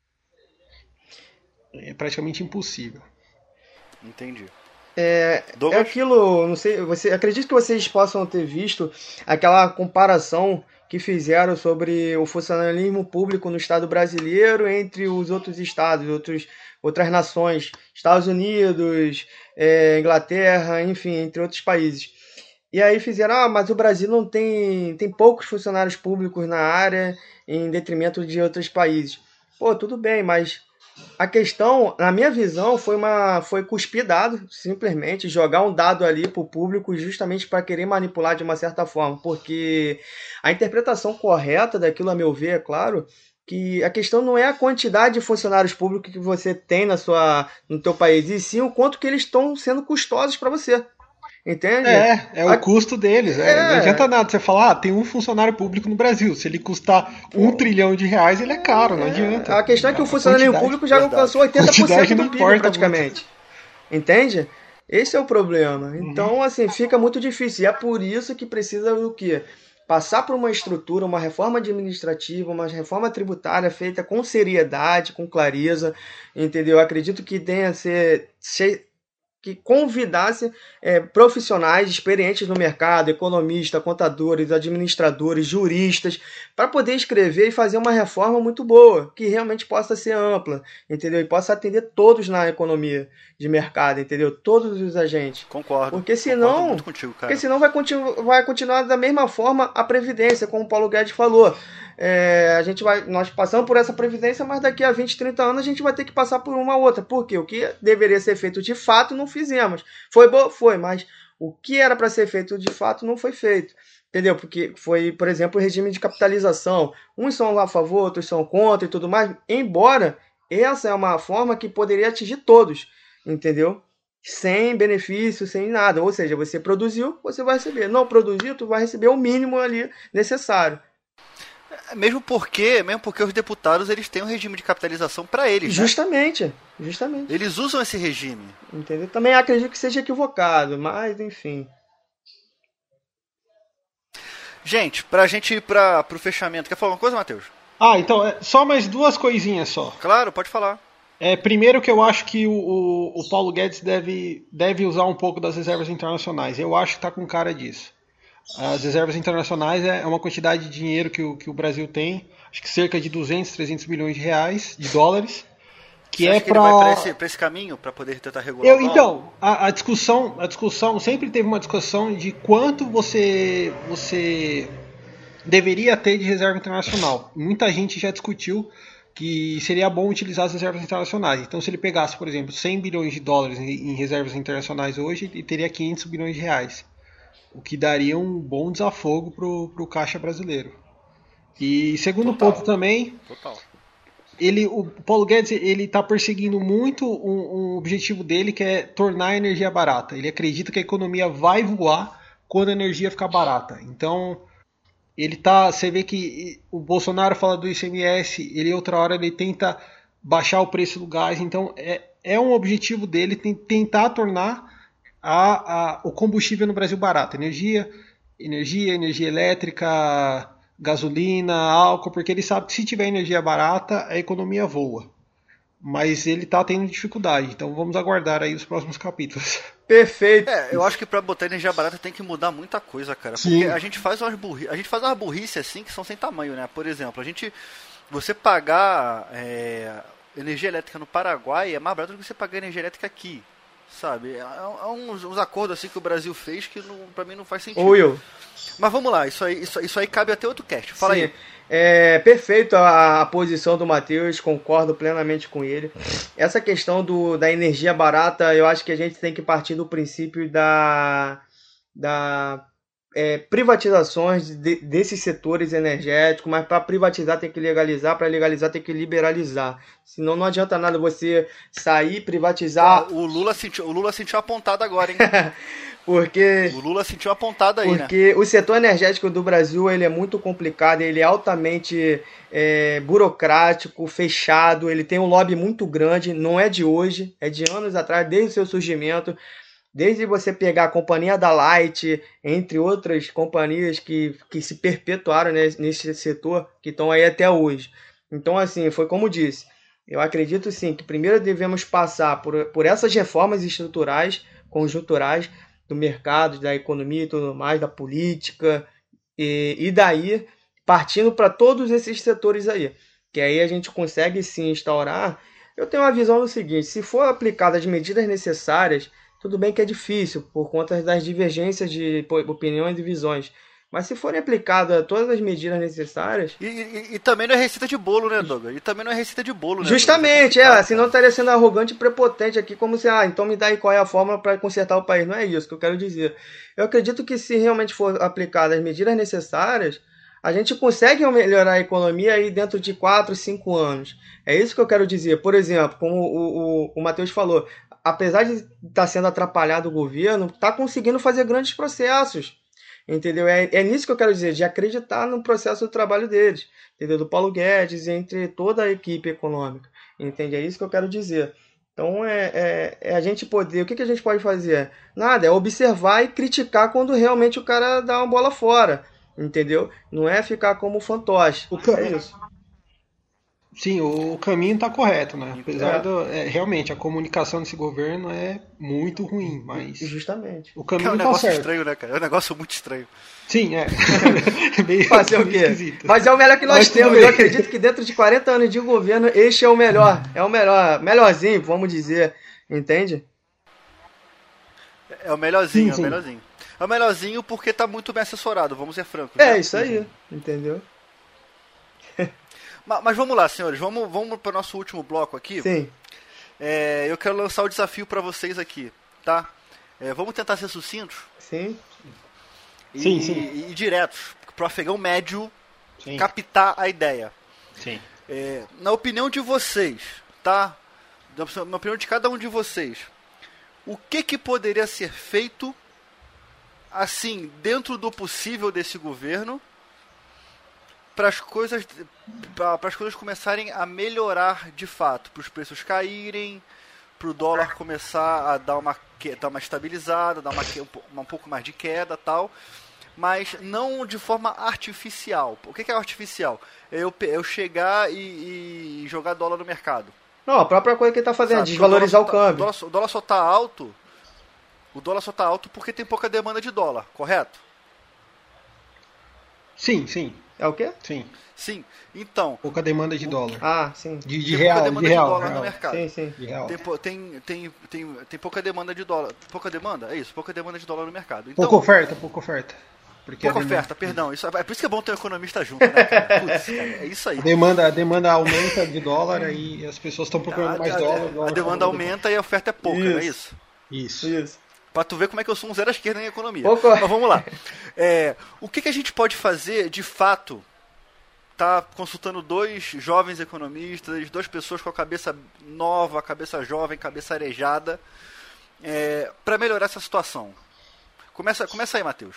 é praticamente impossível. Entendi. É aquilo, não sei, acredito que vocês possam ter visto aquela comparação que fizeram sobre o funcionalismo público no Estado brasileiro entre os outros estados, outras nações, Estados Unidos, Inglaterra, enfim, entre outros países. E aí fizeram, mas o Brasil não tem poucos funcionários públicos na área em detrimento de outros países. Pô, tudo bem, mas a questão, na minha visão, foi cuspir dado, simplesmente, jogar um dado ali para o público justamente para querer manipular de uma certa forma, porque a interpretação correta daquilo, a meu ver, é claro, que a questão não é a quantidade de funcionários públicos que você tem no teu país, e sim o quanto que eles estão sendo custosos para você. Entende? O custo deles. Não adianta nada você falar, tem um funcionário público no Brasil. Se ele custar R$1 trilhão, ele é caro, não adianta. A questão é que o funcionário público já alcançou 80% do PIB praticamente. Muito. Entende? Esse é o problema. Então, assim, fica muito difícil. E é por isso que precisa do quê? Passar por uma estrutura, uma reforma administrativa, uma reforma tributária feita com seriedade, com clareza, entendeu? Eu acredito que tenha que convidasse profissionais experientes no mercado, economistas, contadores, administradores, juristas, para poder escrever e fazer uma reforma muito boa, que realmente possa ser ampla, entendeu? E possa atender todos na economia de mercado, entendeu? Todos os agentes. Concordo. Porque senão, muito contigo, cara. vai continuar da mesma forma a Previdência, como o Paulo Guedes falou. Nós passamos por essa Previdência, mas daqui a 20, 30 anos a gente vai ter que passar por uma outra. Por quê? O que deveria ser feito de fato não fizemos. Foi, mas o que era para ser feito de fato não foi feito. Entendeu? Porque foi, por exemplo, o regime de capitalização. Uns são a favor, outros são contra e tudo mais. Embora essa é uma forma que poderia atingir todos. Entendeu? Sem benefício, sem nada. Ou seja, você produziu, você vai receber. Não produziu, tu vai receber o mínimo ali necessário. Mesmo porque os deputados eles têm um regime de capitalização para eles. Justamente. Eles usam esse regime. Entendeu? Também acredito que seja equivocado, mas enfim. Gente, pra gente ir pro fechamento, quer falar uma coisa, Matheus? Então, só mais duas coisinhas só. Claro, pode falar. Primeiro que eu acho que o Paulo Guedes deve usar um pouco das reservas internacionais. Eu acho que tá com cara disso. As reservas internacionais é uma quantidade de dinheiro que o Brasil tem, acho que cerca de 200, 300 bilhões de reais, de dólares, que Você é acha que ele vai pra esse caminho, para poder tentar regular Então, a discussão, sempre teve uma discussão de quanto você deveria ter de reserva internacional. Muita gente já discutiu que seria bom utilizar as reservas internacionais. Então, se ele pegasse, por exemplo, 100 bilhões de dólares em reservas internacionais hoje, ele teria 500 bilhões de reais. O que daria um bom desafogo pro caixa brasileiro. E segundo ponto também, o Paulo Guedes está perseguindo muito um objetivo dele, que é tornar a energia barata. Ele acredita que a economia vai voar quando a energia ficar barata. Então, você vê que o Bolsonaro fala do ICMS, outra hora ele tenta baixar o preço do gás. Então, é um objetivo dele tentar tornar o combustível no Brasil barato. Energia elétrica, gasolina, álcool, porque ele sabe que se tiver energia barata, a economia voa. Mas ele está tendo dificuldade, então vamos aguardar aí os próximos capítulos. Perfeito. Eu acho que para botar energia barata tem que mudar muita coisa, cara. Porque a gente faz umas burrice assim que são sem tamanho, né? Por exemplo, você pagar energia elétrica no Paraguai é mais barato do que você pagar energia elétrica aqui, sabe? É uns acordos assim que o Brasil fez que pra mim não faz sentido. Will. Mas vamos lá, isso aí cabe até outro cast. Fala Sim. aí. É perfeito a posição do Matheus, concordo plenamente com ele. Essa questão da energia barata, eu acho que a gente tem que partir do princípio da privatizações desses setores energéticos, mas para privatizar tem que legalizar, para legalizar tem que liberalizar. Senão não adianta nada você sair, privatizar... O Lula sentiu a pontada agora, hein? Porque o Lula sentiu a pontada aí, porque o setor energético do Brasil ele é muito complicado, ele é altamente burocrático, fechado, ele tem um lobby muito grande, não é de hoje, é de anos atrás, desde o seu surgimento. Desde você pegar a Companhia da Light, entre outras companhias que se perpetuaram nesse setor, que estão aí até hoje. Então, assim, foi como disse, eu acredito sim que primeiro devemos passar por essas reformas estruturais, conjunturais, do mercado, da economia e tudo mais, da política, e daí partindo para todos esses setores aí, que aí a gente consegue sim instaurar. Eu tenho uma visão do seguinte, se for aplicadas as medidas necessárias, tudo bem que é difícil, por conta das divergências de opiniões e visões. Mas se forem aplicadas todas as medidas necessárias... E também não é receita de bolo, né, Douglas? E também não é receita de bolo, né? Justamente, senão estaria sendo arrogante e prepotente aqui, como se, então me dá aí qual é a fórmula para consertar o país. Não é isso que eu quero dizer. Eu acredito que se realmente for aplicadas as medidas necessárias, a gente consegue melhorar a economia aí dentro de 4, 5 anos. É isso que eu quero dizer. Por exemplo, como o Matheus falou, apesar de estar sendo atrapalhado o governo, está conseguindo fazer grandes processos, entendeu? É nisso que eu quero dizer, de acreditar no processo do trabalho deles, entendeu? Do Paulo Guedes, entre toda a equipe econômica, entende? É isso que eu quero dizer. Então, a gente poder... O que a gente pode fazer? Nada, é observar e criticar quando realmente o cara dá uma bola fora, entendeu? Não é ficar como fantoche, é isso. Sim, o caminho está correto, né? Apesar realmente a comunicação desse governo é muito ruim, mas justamente o caminho é um tá negócio certo. estranho, né, cara? É um negócio muito estranho. Sim, Meio fazer o quê? Esquisito. Mas é o melhor que nós temos. Eu acredito que dentro de 40 anos de governo, este é o melhor. É o melhorzinho, vamos dizer. Entende? É o melhorzinho, sim. É o melhorzinho. É o melhorzinho porque tá muito bem assessorado, vamos ser francos. Né? Isso aí, entendeu? Mas vamos lá, senhores, vamos para o nosso último bloco aqui. Sim. Eu quero lançar o desafio para vocês aqui, tá? Vamos tentar ser sucintos. Sim. E diretos, para o afegão médio captar a ideia. Sim. Na opinião de vocês, tá? Na opinião de cada um de vocês, o que poderia ser feito, assim, dentro do possível desse governo, para as coisas começarem a melhorar de fato, para os preços caírem, para o dólar começar a dar uma estabilizada, dar um pouco mais de queda, tal, mas não de forma artificial. O que é artificial? É eu chegar e jogar dólar no mercado. Não, a própria coisa que ele está fazendo, desvalorizar o câmbio. O dólar só está alto. O dólar só está alto porque tem pouca demanda de dólar, correto? Sim. É o quê? Sim. Então... Pouca demanda de dólar. Ah, sim. De real, pouca demanda de dólar no mercado. Sim. De real. Tem pouca demanda de dólar. Pouca demanda? É isso, pouca demanda de dólar no mercado. Então, pouca oferta. Porque pouca oferta, perdão. É por isso que é bom ter um economista junto, né, cara? Putz, cara, é isso aí. A demanda aumenta de dólar e as pessoas estão procurando mais dólar. A demanda aumenta e a oferta é pouca, não é isso? Isso. Pra tu ver como é que eu sou um zero à esquerda em economia. Mas vamos lá. O que a gente pode fazer, de fato, tá consultando 2 jovens economistas, 2 pessoas com a cabeça nova, cabeça jovem, cabeça arejada, para melhorar essa situação? Começa aí, Matheus.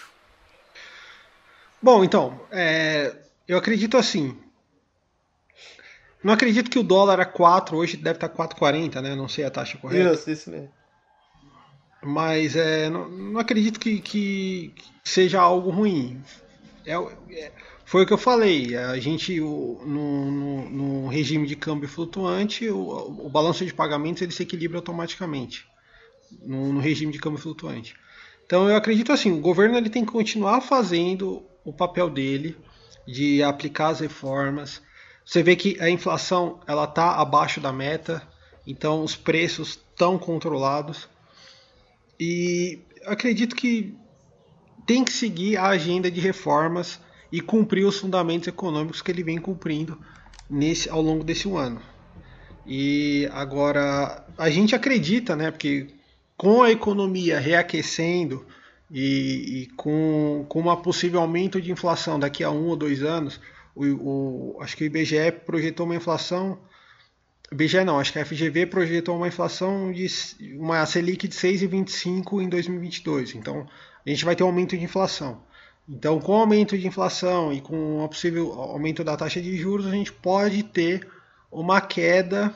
Bom, então, eu acredito assim. Não acredito que o dólar a 4, hoje deve estar 4,40, né? Não sei a taxa correta. Isso mesmo. Mas não acredito que seja algo ruim. Foi o que eu falei. A gente, no regime de câmbio flutuante, o balanço de pagamentos ele se equilibra automaticamente no regime de câmbio flutuante. Então eu acredito assim, o governo ele tem que continuar fazendo o papel dele de aplicar as reformas, Você vê que a inflação ela está abaixo da meta, então os preços estão controlados. E acredito que tem que seguir a agenda de reformas e cumprir os fundamentos econômicos que ele vem cumprindo ao longo desse ano. E agora a gente acredita, né, porque com a economia reaquecendo e com uma possível aumento de inflação daqui a 1 ou 2 anos, acho que o IBGE projetou uma inflação. IBGE não, acho que a FGV projetou uma inflação de uma Selic de 6,25 em 2022. Então a gente vai ter um aumento de inflação. Então, com o aumento de inflação e com o possível aumento da taxa de juros, a gente pode ter uma queda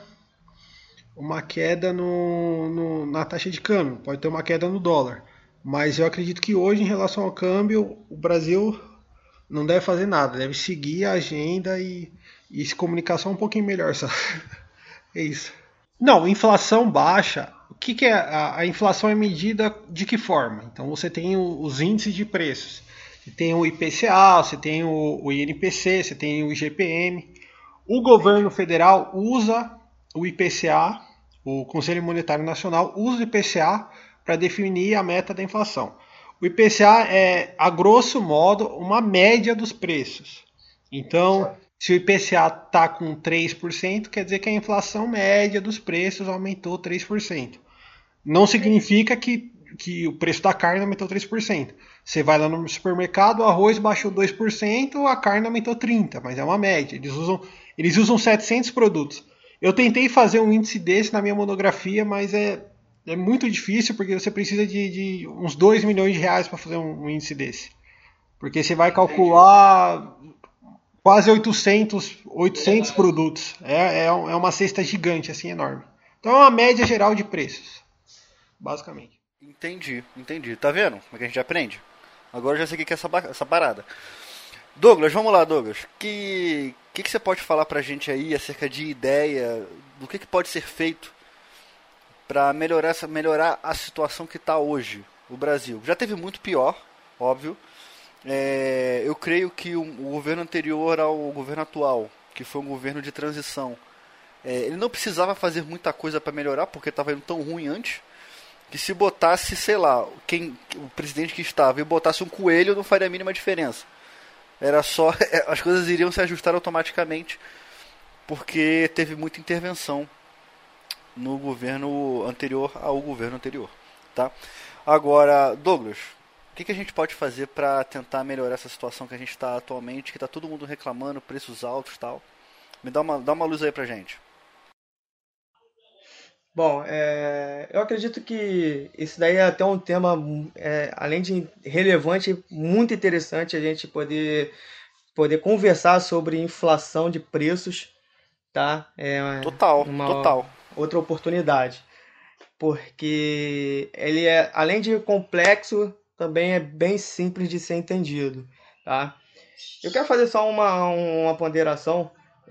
na taxa de câmbio, pode ter uma queda no dólar. Mas eu acredito que hoje, em relação ao câmbio, o Brasil não deve fazer nada, deve seguir a agenda e se comunicar só um pouquinho melhor. Só. É isso. Não, inflação baixa. O que é a inflação? É medida de que forma? Então você tem os índices de preços. Você tem o IPCA, você tem o INPC, você tem o IGPM. O governo federal usa o IPCA, o Conselho Monetário Nacional usa o IPCA para definir a meta da inflação. O IPCA é, a grosso modo, uma média dos preços. Então, se o IPCA está com 3%, quer dizer que a inflação média dos preços aumentou 3%. Não significa que o preço da carne aumentou 3%. Você vai lá no supermercado, o arroz baixou 2%, a carne aumentou 30%, mas é uma média. Eles usam 700 produtos. Eu tentei fazer um índice desse na minha monografia, mas é muito difícil, porque você precisa de uns 2 milhões de reais para fazer um índice desse. Porque você vai calcular quase 800 produtos. É uma cesta gigante, assim, enorme. Então é uma média geral de preços, basicamente. Entendi. Tá vendo como é que a gente aprende? Agora eu já sei o que é essa parada. Douglas, vamos lá, Douglas. O que você pode falar pra gente aí acerca de ideia, do que pode ser feito para melhorar a situação que está hoje o Brasil? Já teve muito pior, óbvio. Eu creio que o governo anterior ao governo atual, que foi um governo de transição, ele não precisava fazer muita coisa para melhorar, porque estava indo tão ruim antes, que se botasse, sei lá, o presidente que estava, e botasse um coelho, não faria a mínima diferença. Era só, as coisas iriam se ajustar automaticamente, porque teve muita intervenção no governo anterior ao governo anterior, tá? Agora, Douglas, o que a gente pode fazer para tentar melhorar essa situação que a gente está atualmente, que está todo mundo reclamando, preços altos e tal? Me dá uma luz aí pra gente. Bom, eu acredito que isso daí é até um tema, além de relevante, muito interessante a gente poder conversar sobre inflação de preços, tá? Total. Outra oportunidade, porque ele é, além de complexo, também é bem simples de ser entendido, tá? Eu quero fazer só uma ponderação.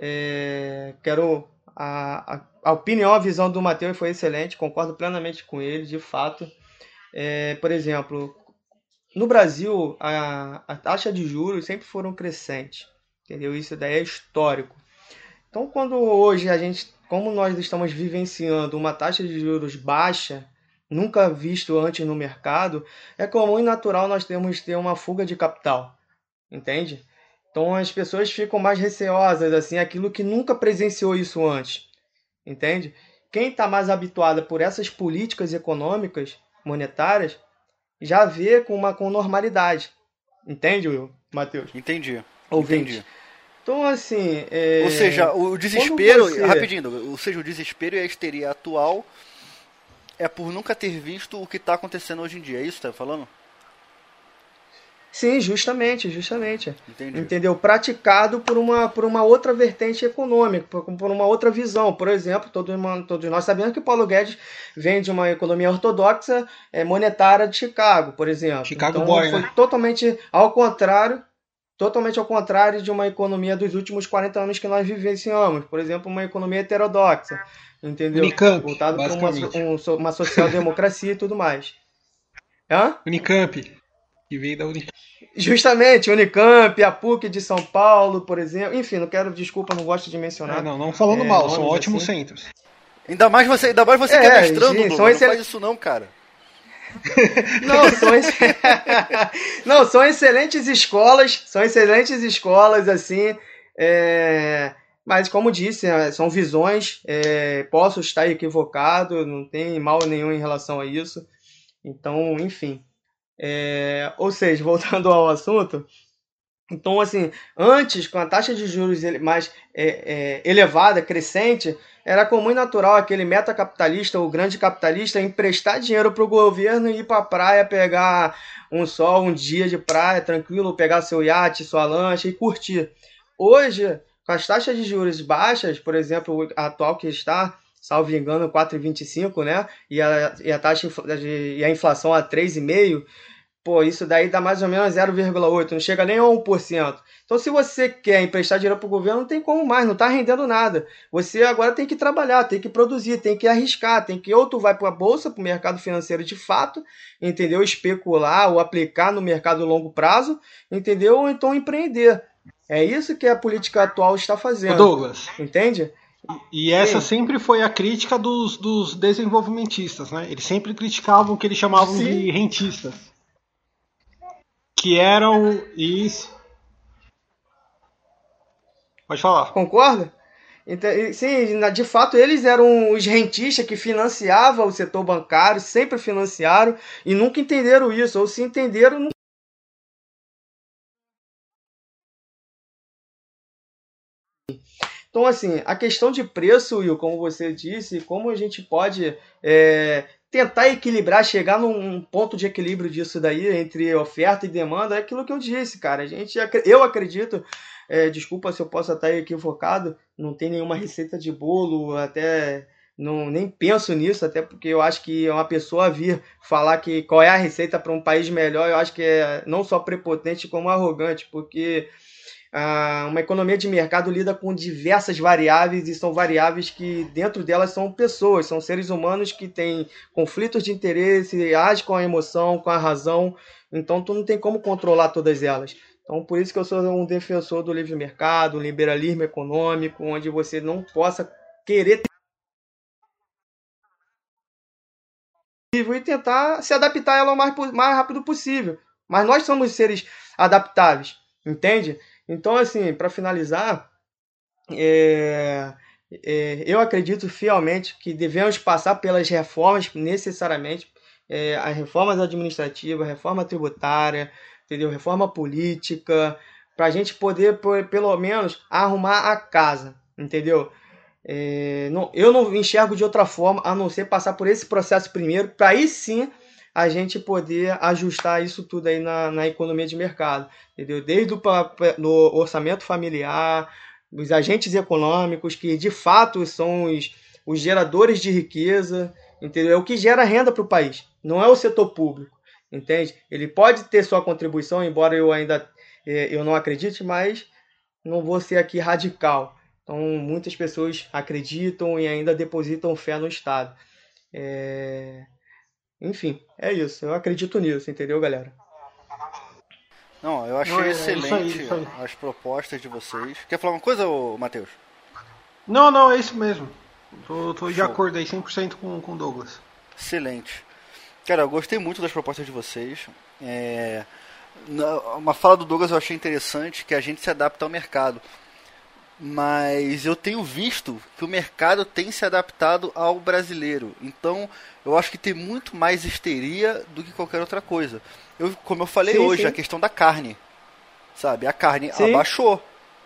A opinião, a visão do Matheus foi excelente, concordo plenamente com ele, de fato. Por exemplo, no Brasil, a taxa de juros sempre foram crescentes, entendeu? Isso daí é histórico. Então, quando hoje como nós estamos vivenciando uma taxa de juros baixa, nunca visto antes no mercado, é comum e natural nós termos ter uma fuga de capital, entende? Então as pessoas ficam mais receosas, assim, aquilo que nunca presenciou isso antes, entende? Quem está mais habituado por essas políticas econômicas, monetárias, já vê com normalidade, entende, Matheus? Entendi. Ouvinte. Então, assim... Ou seja, o desespero... Rapidinho, ou seja, o desespero e a histeria atual é por nunca ter visto o que está acontecendo hoje em dia. É isso que você está falando? Sim, justamente. Entendi. Entendeu? Praticado por uma outra vertente econômica, por uma outra visão. Por exemplo, todos nós sabemos que Paulo Guedes vem de uma economia ortodoxa monetária de Chicago, por exemplo. Chicago então, Boy, foi né? totalmente ao contrário de uma economia dos últimos 40 anos que nós vivenciamos. Por exemplo, uma economia heterodoxa, entendeu? Unicamp, voltado para uma social-democracia e tudo mais. Unicamp. Que veio da Unicamp. Justamente, Unicamp, a PUC de São Paulo, por exemplo. Enfim, não quero, desculpa, não gosto de mencionar. Não falando mal, são ótimos assim. centros. Ainda mais você que é mestrando, sim, não faz isso não, cara. Não, são excelentes escolas, assim, mas como disse, são visões, posso estar equivocado, não tem mal nenhum em relação a isso, então, enfim, ou seja, voltando ao assunto, então, assim, antes, com a taxa de juros mais elevada, crescente, era comum e natural aquele metacapitalista, o grande capitalista, emprestar dinheiro para o governo e ir para a praia, pegar um dia de praia, tranquilo, pegar seu iate, sua lancha e curtir. Hoje, com as taxas de juros baixas, por exemplo, a atual que está, salvo engano, 4,25, né? E a inflação a 3,5%. Pô, isso daí dá mais ou menos 0,8, não chega nem a 1%. Então, se você quer emprestar dinheiro para o governo, não tem como mais, não está rendendo nada. Você agora tem que trabalhar, tem que produzir, tem que arriscar, ou tu vai para a bolsa, para o mercado financeiro de fato, entendeu? Especular ou aplicar no mercado longo prazo, entendeu? Ou então empreender. É isso que a política atual está fazendo. Ô Douglas. Entende? E essa sempre foi a crítica dos desenvolvimentistas, né? Eles sempre criticavam o que eles chamavam de rentistas. Que eram isso. Pode falar. Concorda? Então, sim, de fato eles eram os rentistas que financiavam o setor bancário, sempre financiaram e nunca entenderam isso, ou se entenderam. Então, assim, a questão de preço, Will, como você disse, como a gente pode tentar equilibrar, chegar num ponto de equilíbrio disso daí, entre oferta e demanda, é aquilo que eu disse, cara. Eu acredito, desculpa se eu possa estar equivocado, não tem nenhuma receita de bolo, até nem penso nisso, até porque eu acho que uma pessoa vir falar que qual é a receita para um país melhor, eu acho que é não só prepotente como arrogante, porque uma economia de mercado lida com diversas variáveis e são variáveis que dentro delas são pessoas, são seres humanos que têm conflitos de interesse, agem com a emoção, com a razão, então tu não tem como controlar todas elas. Então por isso que eu sou um defensor do livre mercado, liberalismo econômico, onde você não possa querer e tentar se adaptar a ela o mais rápido possível. Mas nós somos seres adaptáveis, entende? Então, assim, para finalizar, eu acredito fielmente que devemos passar pelas reformas necessariamente, as reformas administrativas, reforma tributária, entendeu? Reforma política, para a gente poder, pelo menos, arrumar a casa, entendeu? Eu não enxergo de outra forma a não ser passar por esse processo primeiro, para aí sim a gente poder ajustar isso tudo aí na economia de mercado, entendeu? Desde no orçamento familiar, os agentes econômicos, que de fato são os geradores de riqueza, entendeu? É o que gera renda para o país, não é o setor público, entende? Ele pode ter sua contribuição, embora eu não acredite, mas não vou ser aqui radical. Então, muitas pessoas acreditam e ainda depositam fé no Estado. Enfim, é isso. Eu acredito nisso, entendeu, galera? Não, eu achei excelente isso aí. As propostas de vocês. Quer falar uma coisa, Matheus? Não, é isso mesmo. Tô de acordo aí 100% com o Douglas. Excelente. Cara, eu gostei muito das propostas de vocês. Uma fala do Douglas eu achei interessante, que a gente se adapta ao mercado. Mas eu tenho visto que o mercado tem se adaptado ao brasileiro. Então, eu acho que tem muito mais histeria do que qualquer outra coisa. Como eu falei hoje, sim. A questão da carne. Sabe? A carne abaixou.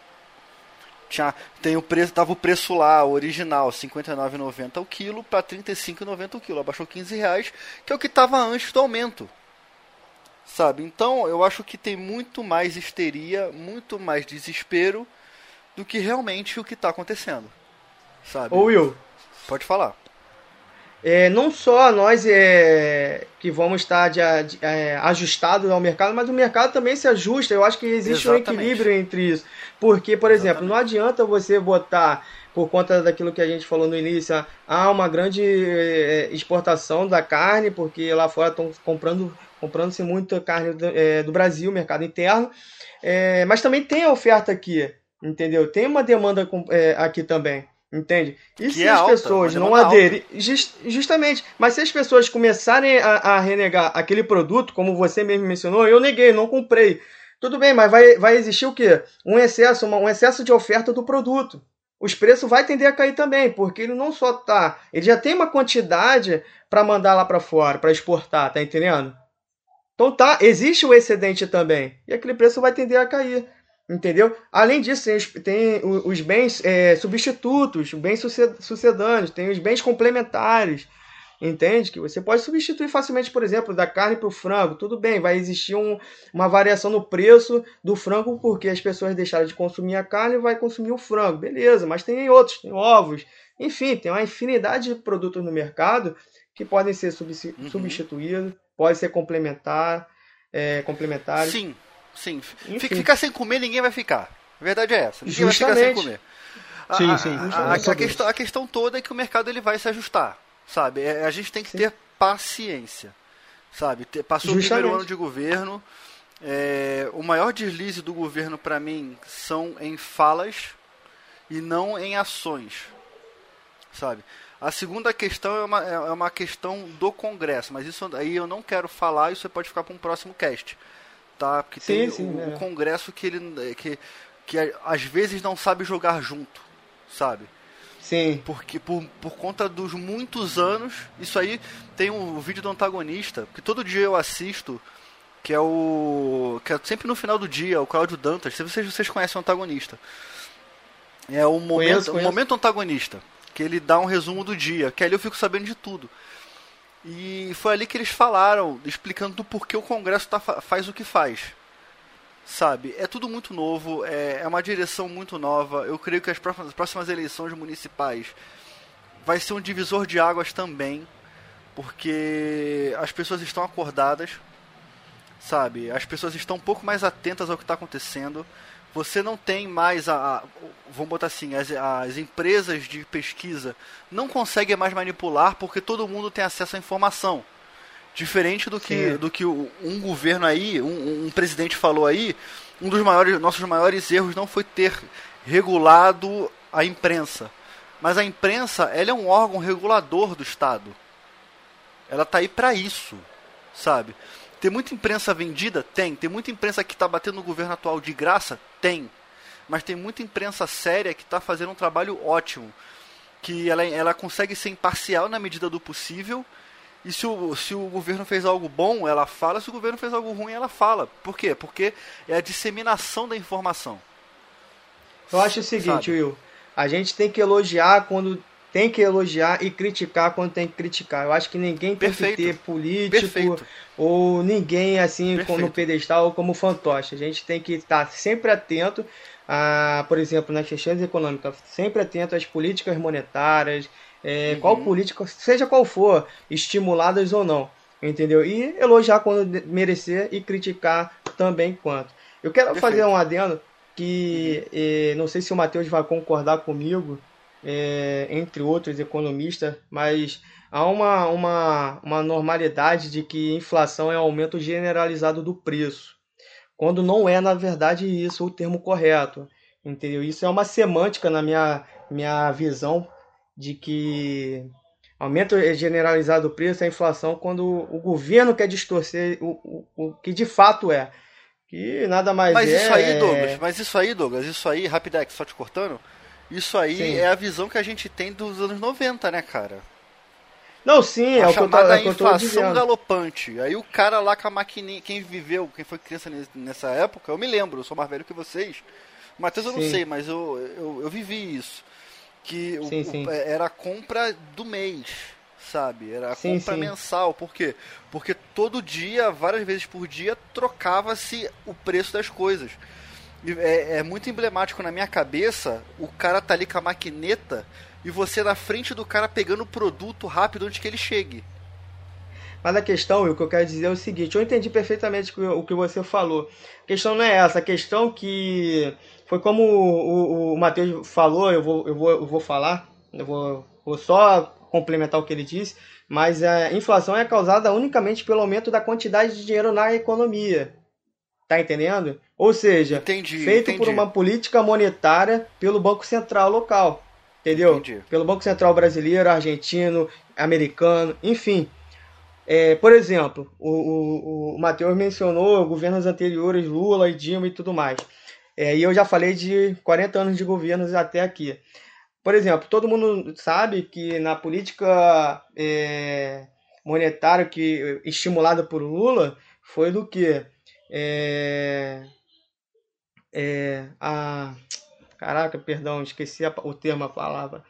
Tava o preço lá, original, R$ 59,90 o quilo, para R$ 35,90 o quilo. Abaixou R$15, que é o que estava antes do aumento. Sabe? Então, eu acho que tem muito mais histeria, muito mais desespero do que realmente o que está acontecendo, sabe? Ô Will, pode falar. não só nós que vamos estar ajustados ao mercado, mas o mercado também se ajusta. Eu acho que existe um equilíbrio entre isso. Porque, por exemplo, não adianta você botar, por conta daquilo que a gente falou no início, uma grande exportação da carne, porque lá fora estão comprando-se muita carne do Brasil, mercado interno, mas também tem a oferta aqui, entendeu? Tem uma demanda aqui também. Entende? E se as pessoas não aderirem. Justamente. Mas se as pessoas começarem a renegar aquele produto, como você mesmo mencionou, eu neguei, não comprei. Tudo bem, mas vai existir o quê? Um excesso de oferta do produto. Os preços vai tender a cair também, porque ele não só tá. Ele já tem uma quantidade para mandar lá para fora, para exportar, tá entendendo? Então existe o excedente também. E aquele preço vai tender a cair. Entendeu? Além disso, tem os bens substitutos, bens sucedâneos, tem os bens complementares, entende? Que você pode substituir facilmente, por exemplo, da carne para o frango. Tudo bem, vai existir uma variação no preço do frango porque as pessoas deixaram de consumir a carne e vai consumir o frango. Beleza, mas tem outros, tem ovos. Enfim, tem uma infinidade de produtos no mercado que podem ser substituídos, podem ser complementares. Sim. Sim, ficar sem comer ninguém vai ficar. A verdade é essa. Ninguém vai ficar sem comer. A questão toda é que o mercado ele vai se ajustar, sabe? A gente tem que ter paciência, sabe? Passou o primeiro ano de governo. O maior deslize do governo para mim são em falas e não em ações, sabe? A segunda questão é uma questão do Congresso, mas isso aí eu não quero falar, isso pode ficar para um próximo cast. Tá? Porque tem o Congresso que às vezes não sabe jogar junto, sabe? Sim. Porque por conta dos muitos anos, isso aí tem um vídeo do antagonista, que todo dia eu assisto, que é sempre no final do dia, o Cláudio Dantas, se vocês conhecem o antagonista. É o momento antagonista, que ele dá um resumo do dia, que ali eu fico sabendo de tudo. E foi ali que eles falaram, explicando do porquê o Congresso faz o que faz. Sabe? É tudo muito novo, é uma direção muito nova. Eu creio que as próximas eleições municipais vai ser um divisor de águas também, porque as pessoas estão acordadas, sabe? As pessoas estão um pouco mais atentas ao que está acontecendo. Você não tem mais vamos botar assim, as empresas de pesquisa não conseguem mais manipular porque todo mundo tem acesso à informação. Diferente do que um governo aí, um presidente falou aí, nossos maiores erros não foi ter regulado a imprensa. Mas a imprensa, ela é um órgão regulador do Estado. Ela tá aí para isso, sabe? Tem muita imprensa vendida? Tem. Tem muita imprensa que está batendo no governo atual de graça? Tem. Mas tem muita imprensa séria que está fazendo um trabalho ótimo. Que ela consegue ser imparcial na medida do possível. E se o governo fez algo bom, ela fala. Se o governo fez algo ruim, ela fala. Por quê? Porque é a disseminação da informação. Eu acho o seguinte, Will. A gente tem que elogiar quando tem que elogiar e criticar quando tem que criticar. Eu acho que ninguém tem que ter político ou ninguém assim no pedestal ou como fantoche. A gente tem que estar sempre atento por exemplo, nas questões econômicas, sempre atento às políticas monetárias, qual política, seja qual for, estimuladas ou não, entendeu? E elogiar quando merecer e criticar também quanto. Eu quero fazer um adendo que não sei se o Matheus vai concordar comigo, entre outros economistas, mas há uma normalidade de que inflação é um aumento generalizado do preço, quando não é, na verdade, isso o termo correto, entendeu? Isso é uma semântica na minha visão de que aumento generalizado do preço é inflação quando o governo quer distorcer o que de fato é, que nada mais Isso aí, Douglas, Rapidex, só te cortando, isso aí é a visão que a gente tem dos anos 90, né, cara? Não, sim, é o que eu tô dizendo. Inflação galopante. Aí o cara lá com a maquininha, quem foi criança nessa época, eu me lembro, eu sou mais velho que vocês. O Matheus eu não sei, mas eu vivi isso. Que era a compra do mês, sabe? Era a compra mensal. Por quê? Porque todo dia, várias vezes por dia, trocava-se o preço das coisas. E é muito emblemático na minha cabeça, o cara tá ali com a maquineta e você na frente do cara pegando o produto rápido onde que ele chegue. Mas a questão, o que eu quero dizer é o seguinte, eu entendi perfeitamente o que você falou. A questão não é essa, a questão que foi como o Matheus falou, eu vou falar, vou só complementar o que ele disse, mas a inflação é causada unicamente pelo aumento da quantidade de dinheiro na economia. Tá entendendo? Ou seja, feito por uma política monetária pelo Banco Central local. Entendeu? Entendi. Pelo Banco Central brasileiro, argentino, americano, enfim. Por exemplo, o Matheus mencionou governos anteriores, Lula e Dilma e tudo mais. E eu já falei de 40 anos de governos até aqui. Por exemplo, todo mundo sabe que na política monetária que estimulada por Lula foi do quê? Caraca, perdão, esqueci o termo, a palavra.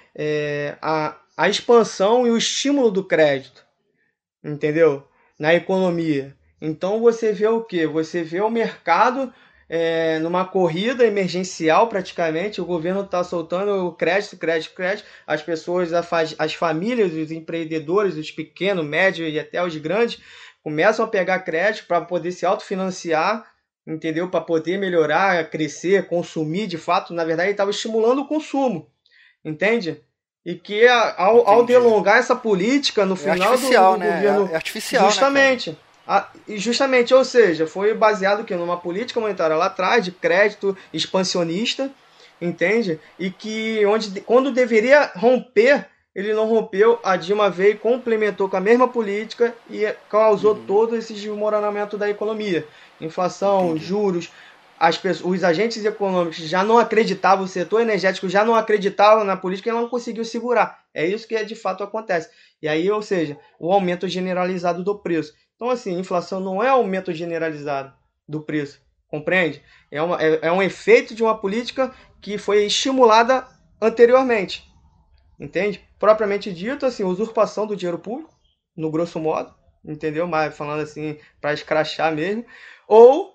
A expansão e o estímulo do crédito. Entendeu? Na economia. Então você vê o quê? Você vê o mercado numa corrida emergencial praticamente. O governo está soltando o crédito. As pessoas, as famílias, os empreendedores, os pequenos, médios e até os grandes começam a pegar crédito para poder se autofinanciar, entendeu? Para poder melhorar, crescer, consumir de fato. Na verdade, ele estava estimulando o consumo. Entende? E que ao delongar essa política no final do governo... É artificial, justamente, né, justamente, ou seja, foi baseado que numa política monetária lá atrás, de crédito expansionista, entende? E que quando deveria romper, ele não rompeu, a Dilma veio e complementou com a mesma política e causou todo esse desmoronamento da economia. Inflação, juros... Os agentes econômicos já não acreditavam, o setor energético já não acreditava na política e não conseguiu segurar. É isso que de fato acontece. E aí, ou seja, o aumento generalizado do preço. Então, assim, inflação não é aumento generalizado do preço, compreende? É um efeito de uma política que foi estimulada anteriormente, entende? Propriamente dito, assim, usurpação do dinheiro público, no grosso modo, entendeu? Mas falando assim, para escrachar mesmo, ou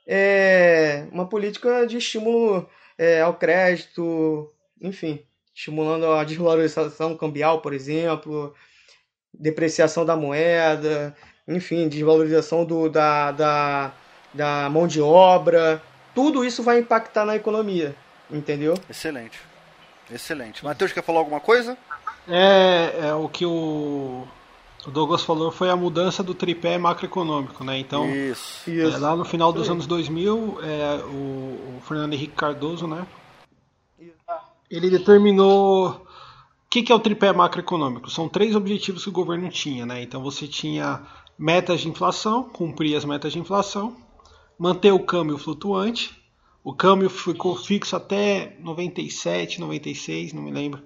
uma política de estímulo ao crédito, enfim, estimulando a desvalorização cambial, por exemplo, depreciação da moeda, enfim, desvalorização da mão de obra. Tudo isso vai impactar na economia, entendeu? Excelente. Matheus, quer falar alguma coisa? O que o Douglas falou foi a mudança do tripé macroeconômico, né? Então, isso. Lá no final dos anos 2000, o Fernando Henrique Cardoso, né? Ele determinou o que é o tripé macroeconômico. São 3 objetivos que o governo tinha, né? Então você tinha metas de inflação, cumprir as metas de inflação, manter o câmbio flutuante. O câmbio ficou fixo até 97, 96, não me lembro.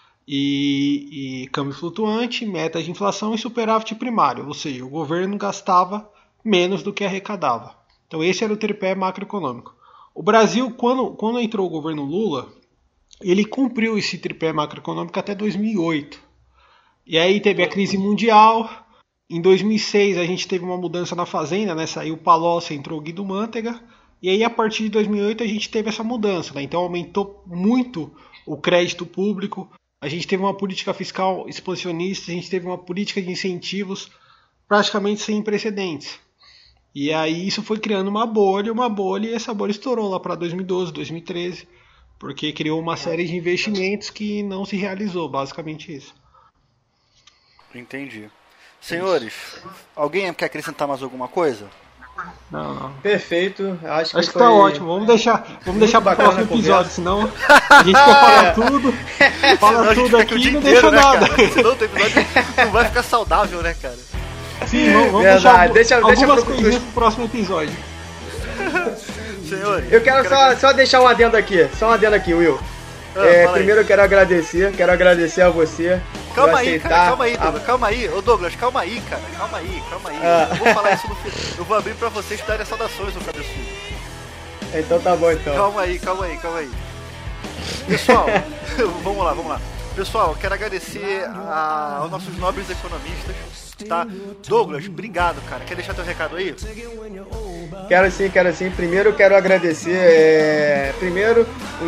E câmbio flutuante, metas de inflação e superávit primário, ou seja, o governo gastava menos do que arrecadava. Então esse era o tripé macroeconômico. O Brasil, quando entrou o governo Lula, ele cumpriu esse tripé macroeconômico até 2008. E aí teve a crise mundial. Em 2006 a gente teve uma mudança na Fazenda, né? Saiu o Palocci, entrou o Guido Mantega. E aí a partir de 2008 a gente teve essa mudança, né? Então aumentou muito o crédito público. A gente teve uma política fiscal expansionista, a gente teve uma política de incentivos praticamente sem precedentes. E aí isso foi criando uma bolha, e essa bolha estourou lá para 2012, 2013, porque criou uma série de investimentos que não se realizou, basicamente isso. Entendi. Senhores, alguém quer acrescentar mais alguma coisa? Não. Perfeito. Acho que tá ótimo. Vamos deixar para o próximo episódio, senão a gente quer falar tudo. Fala tudo aqui e não deixa nada. Senão o episódio não vai ficar saudável, né, cara? Sim, vamos deixar algumas coisinhas pro próximo episódio. Senhores, eu quero só deixar um adendo aqui. Will. Primeiro eu quero agradecer a você. Calma aí, ô Douglas, calma aí, cara. Calma aí. Eu vou falar isso no final. Eu vou abrir pra vocês darem as saudações, ô cabeçudo. Então tá bom, então. Calma aí. Pessoal, vamos lá. Pessoal, eu quero agradecer aos nossos nobres economistas, tá? Douglas, obrigado, cara. Quer deixar teu recado aí? Quero sim. Primeiro eu quero agradecer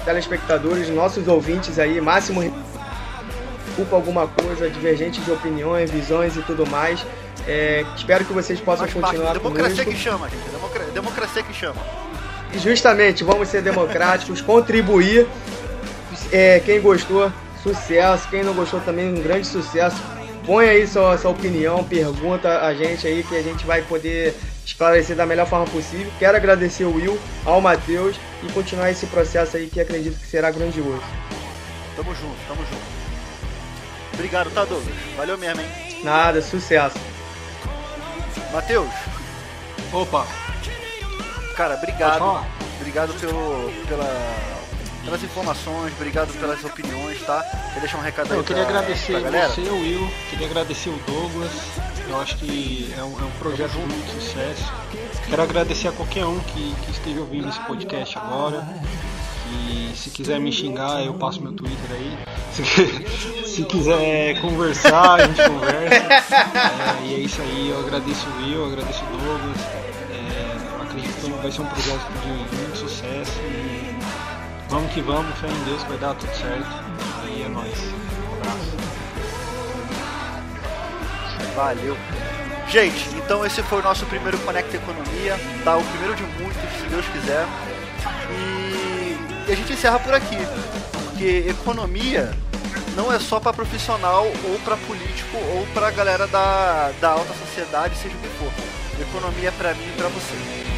telespectadores, nossos ouvintes aí, máximo desculpa alguma coisa, divergente de opiniões, visões e tudo mais. Espero que vocês possam continuar conosco. Democracia que chama, gente. Democracia que chama. E justamente, vamos ser democráticos, contribuir. Quem gostou, sucesso. Quem não gostou também, um grande sucesso. Põe aí sua opinião, pergunta a gente aí que a gente vai poder esclarecer da melhor forma possível. Quero agradecer ao Will, ao Matheus e continuar esse processo aí que acredito que será grandioso. Tamo junto. Obrigado, tá, Douglas? Valeu mesmo, hein? Nada, sucesso. Matheus. Opa. Cara, obrigado. Obrigado pelas informações, obrigado pelas opiniões, tá? Quer deixar um recado aí Eu queria agradecer você, o Will, queria agradecer o Douglas. Eu acho que é um projeto de muito sucesso. Quero agradecer a qualquer um que esteja ouvindo esse podcast agora. E se quiser me xingar, eu passo meu Twitter aí. Se quiser conversar, a gente conversa. E é isso aí, eu agradeço o Will, eu agradeço o Douglas. Acredito que vai ser um projeto de muito sucesso. E vamos que vamos, fé em Deus que vai dar tudo certo. E é nóis. Um abraço. Valeu. Gente, então esse foi o nosso primeiro Conecta Economia, tá? O primeiro de muitos, se Deus quiser. E a gente encerra por aqui, porque economia não é só para profissional ou para político ou para galera da alta sociedade, seja o que for. Economia é para mim e para você.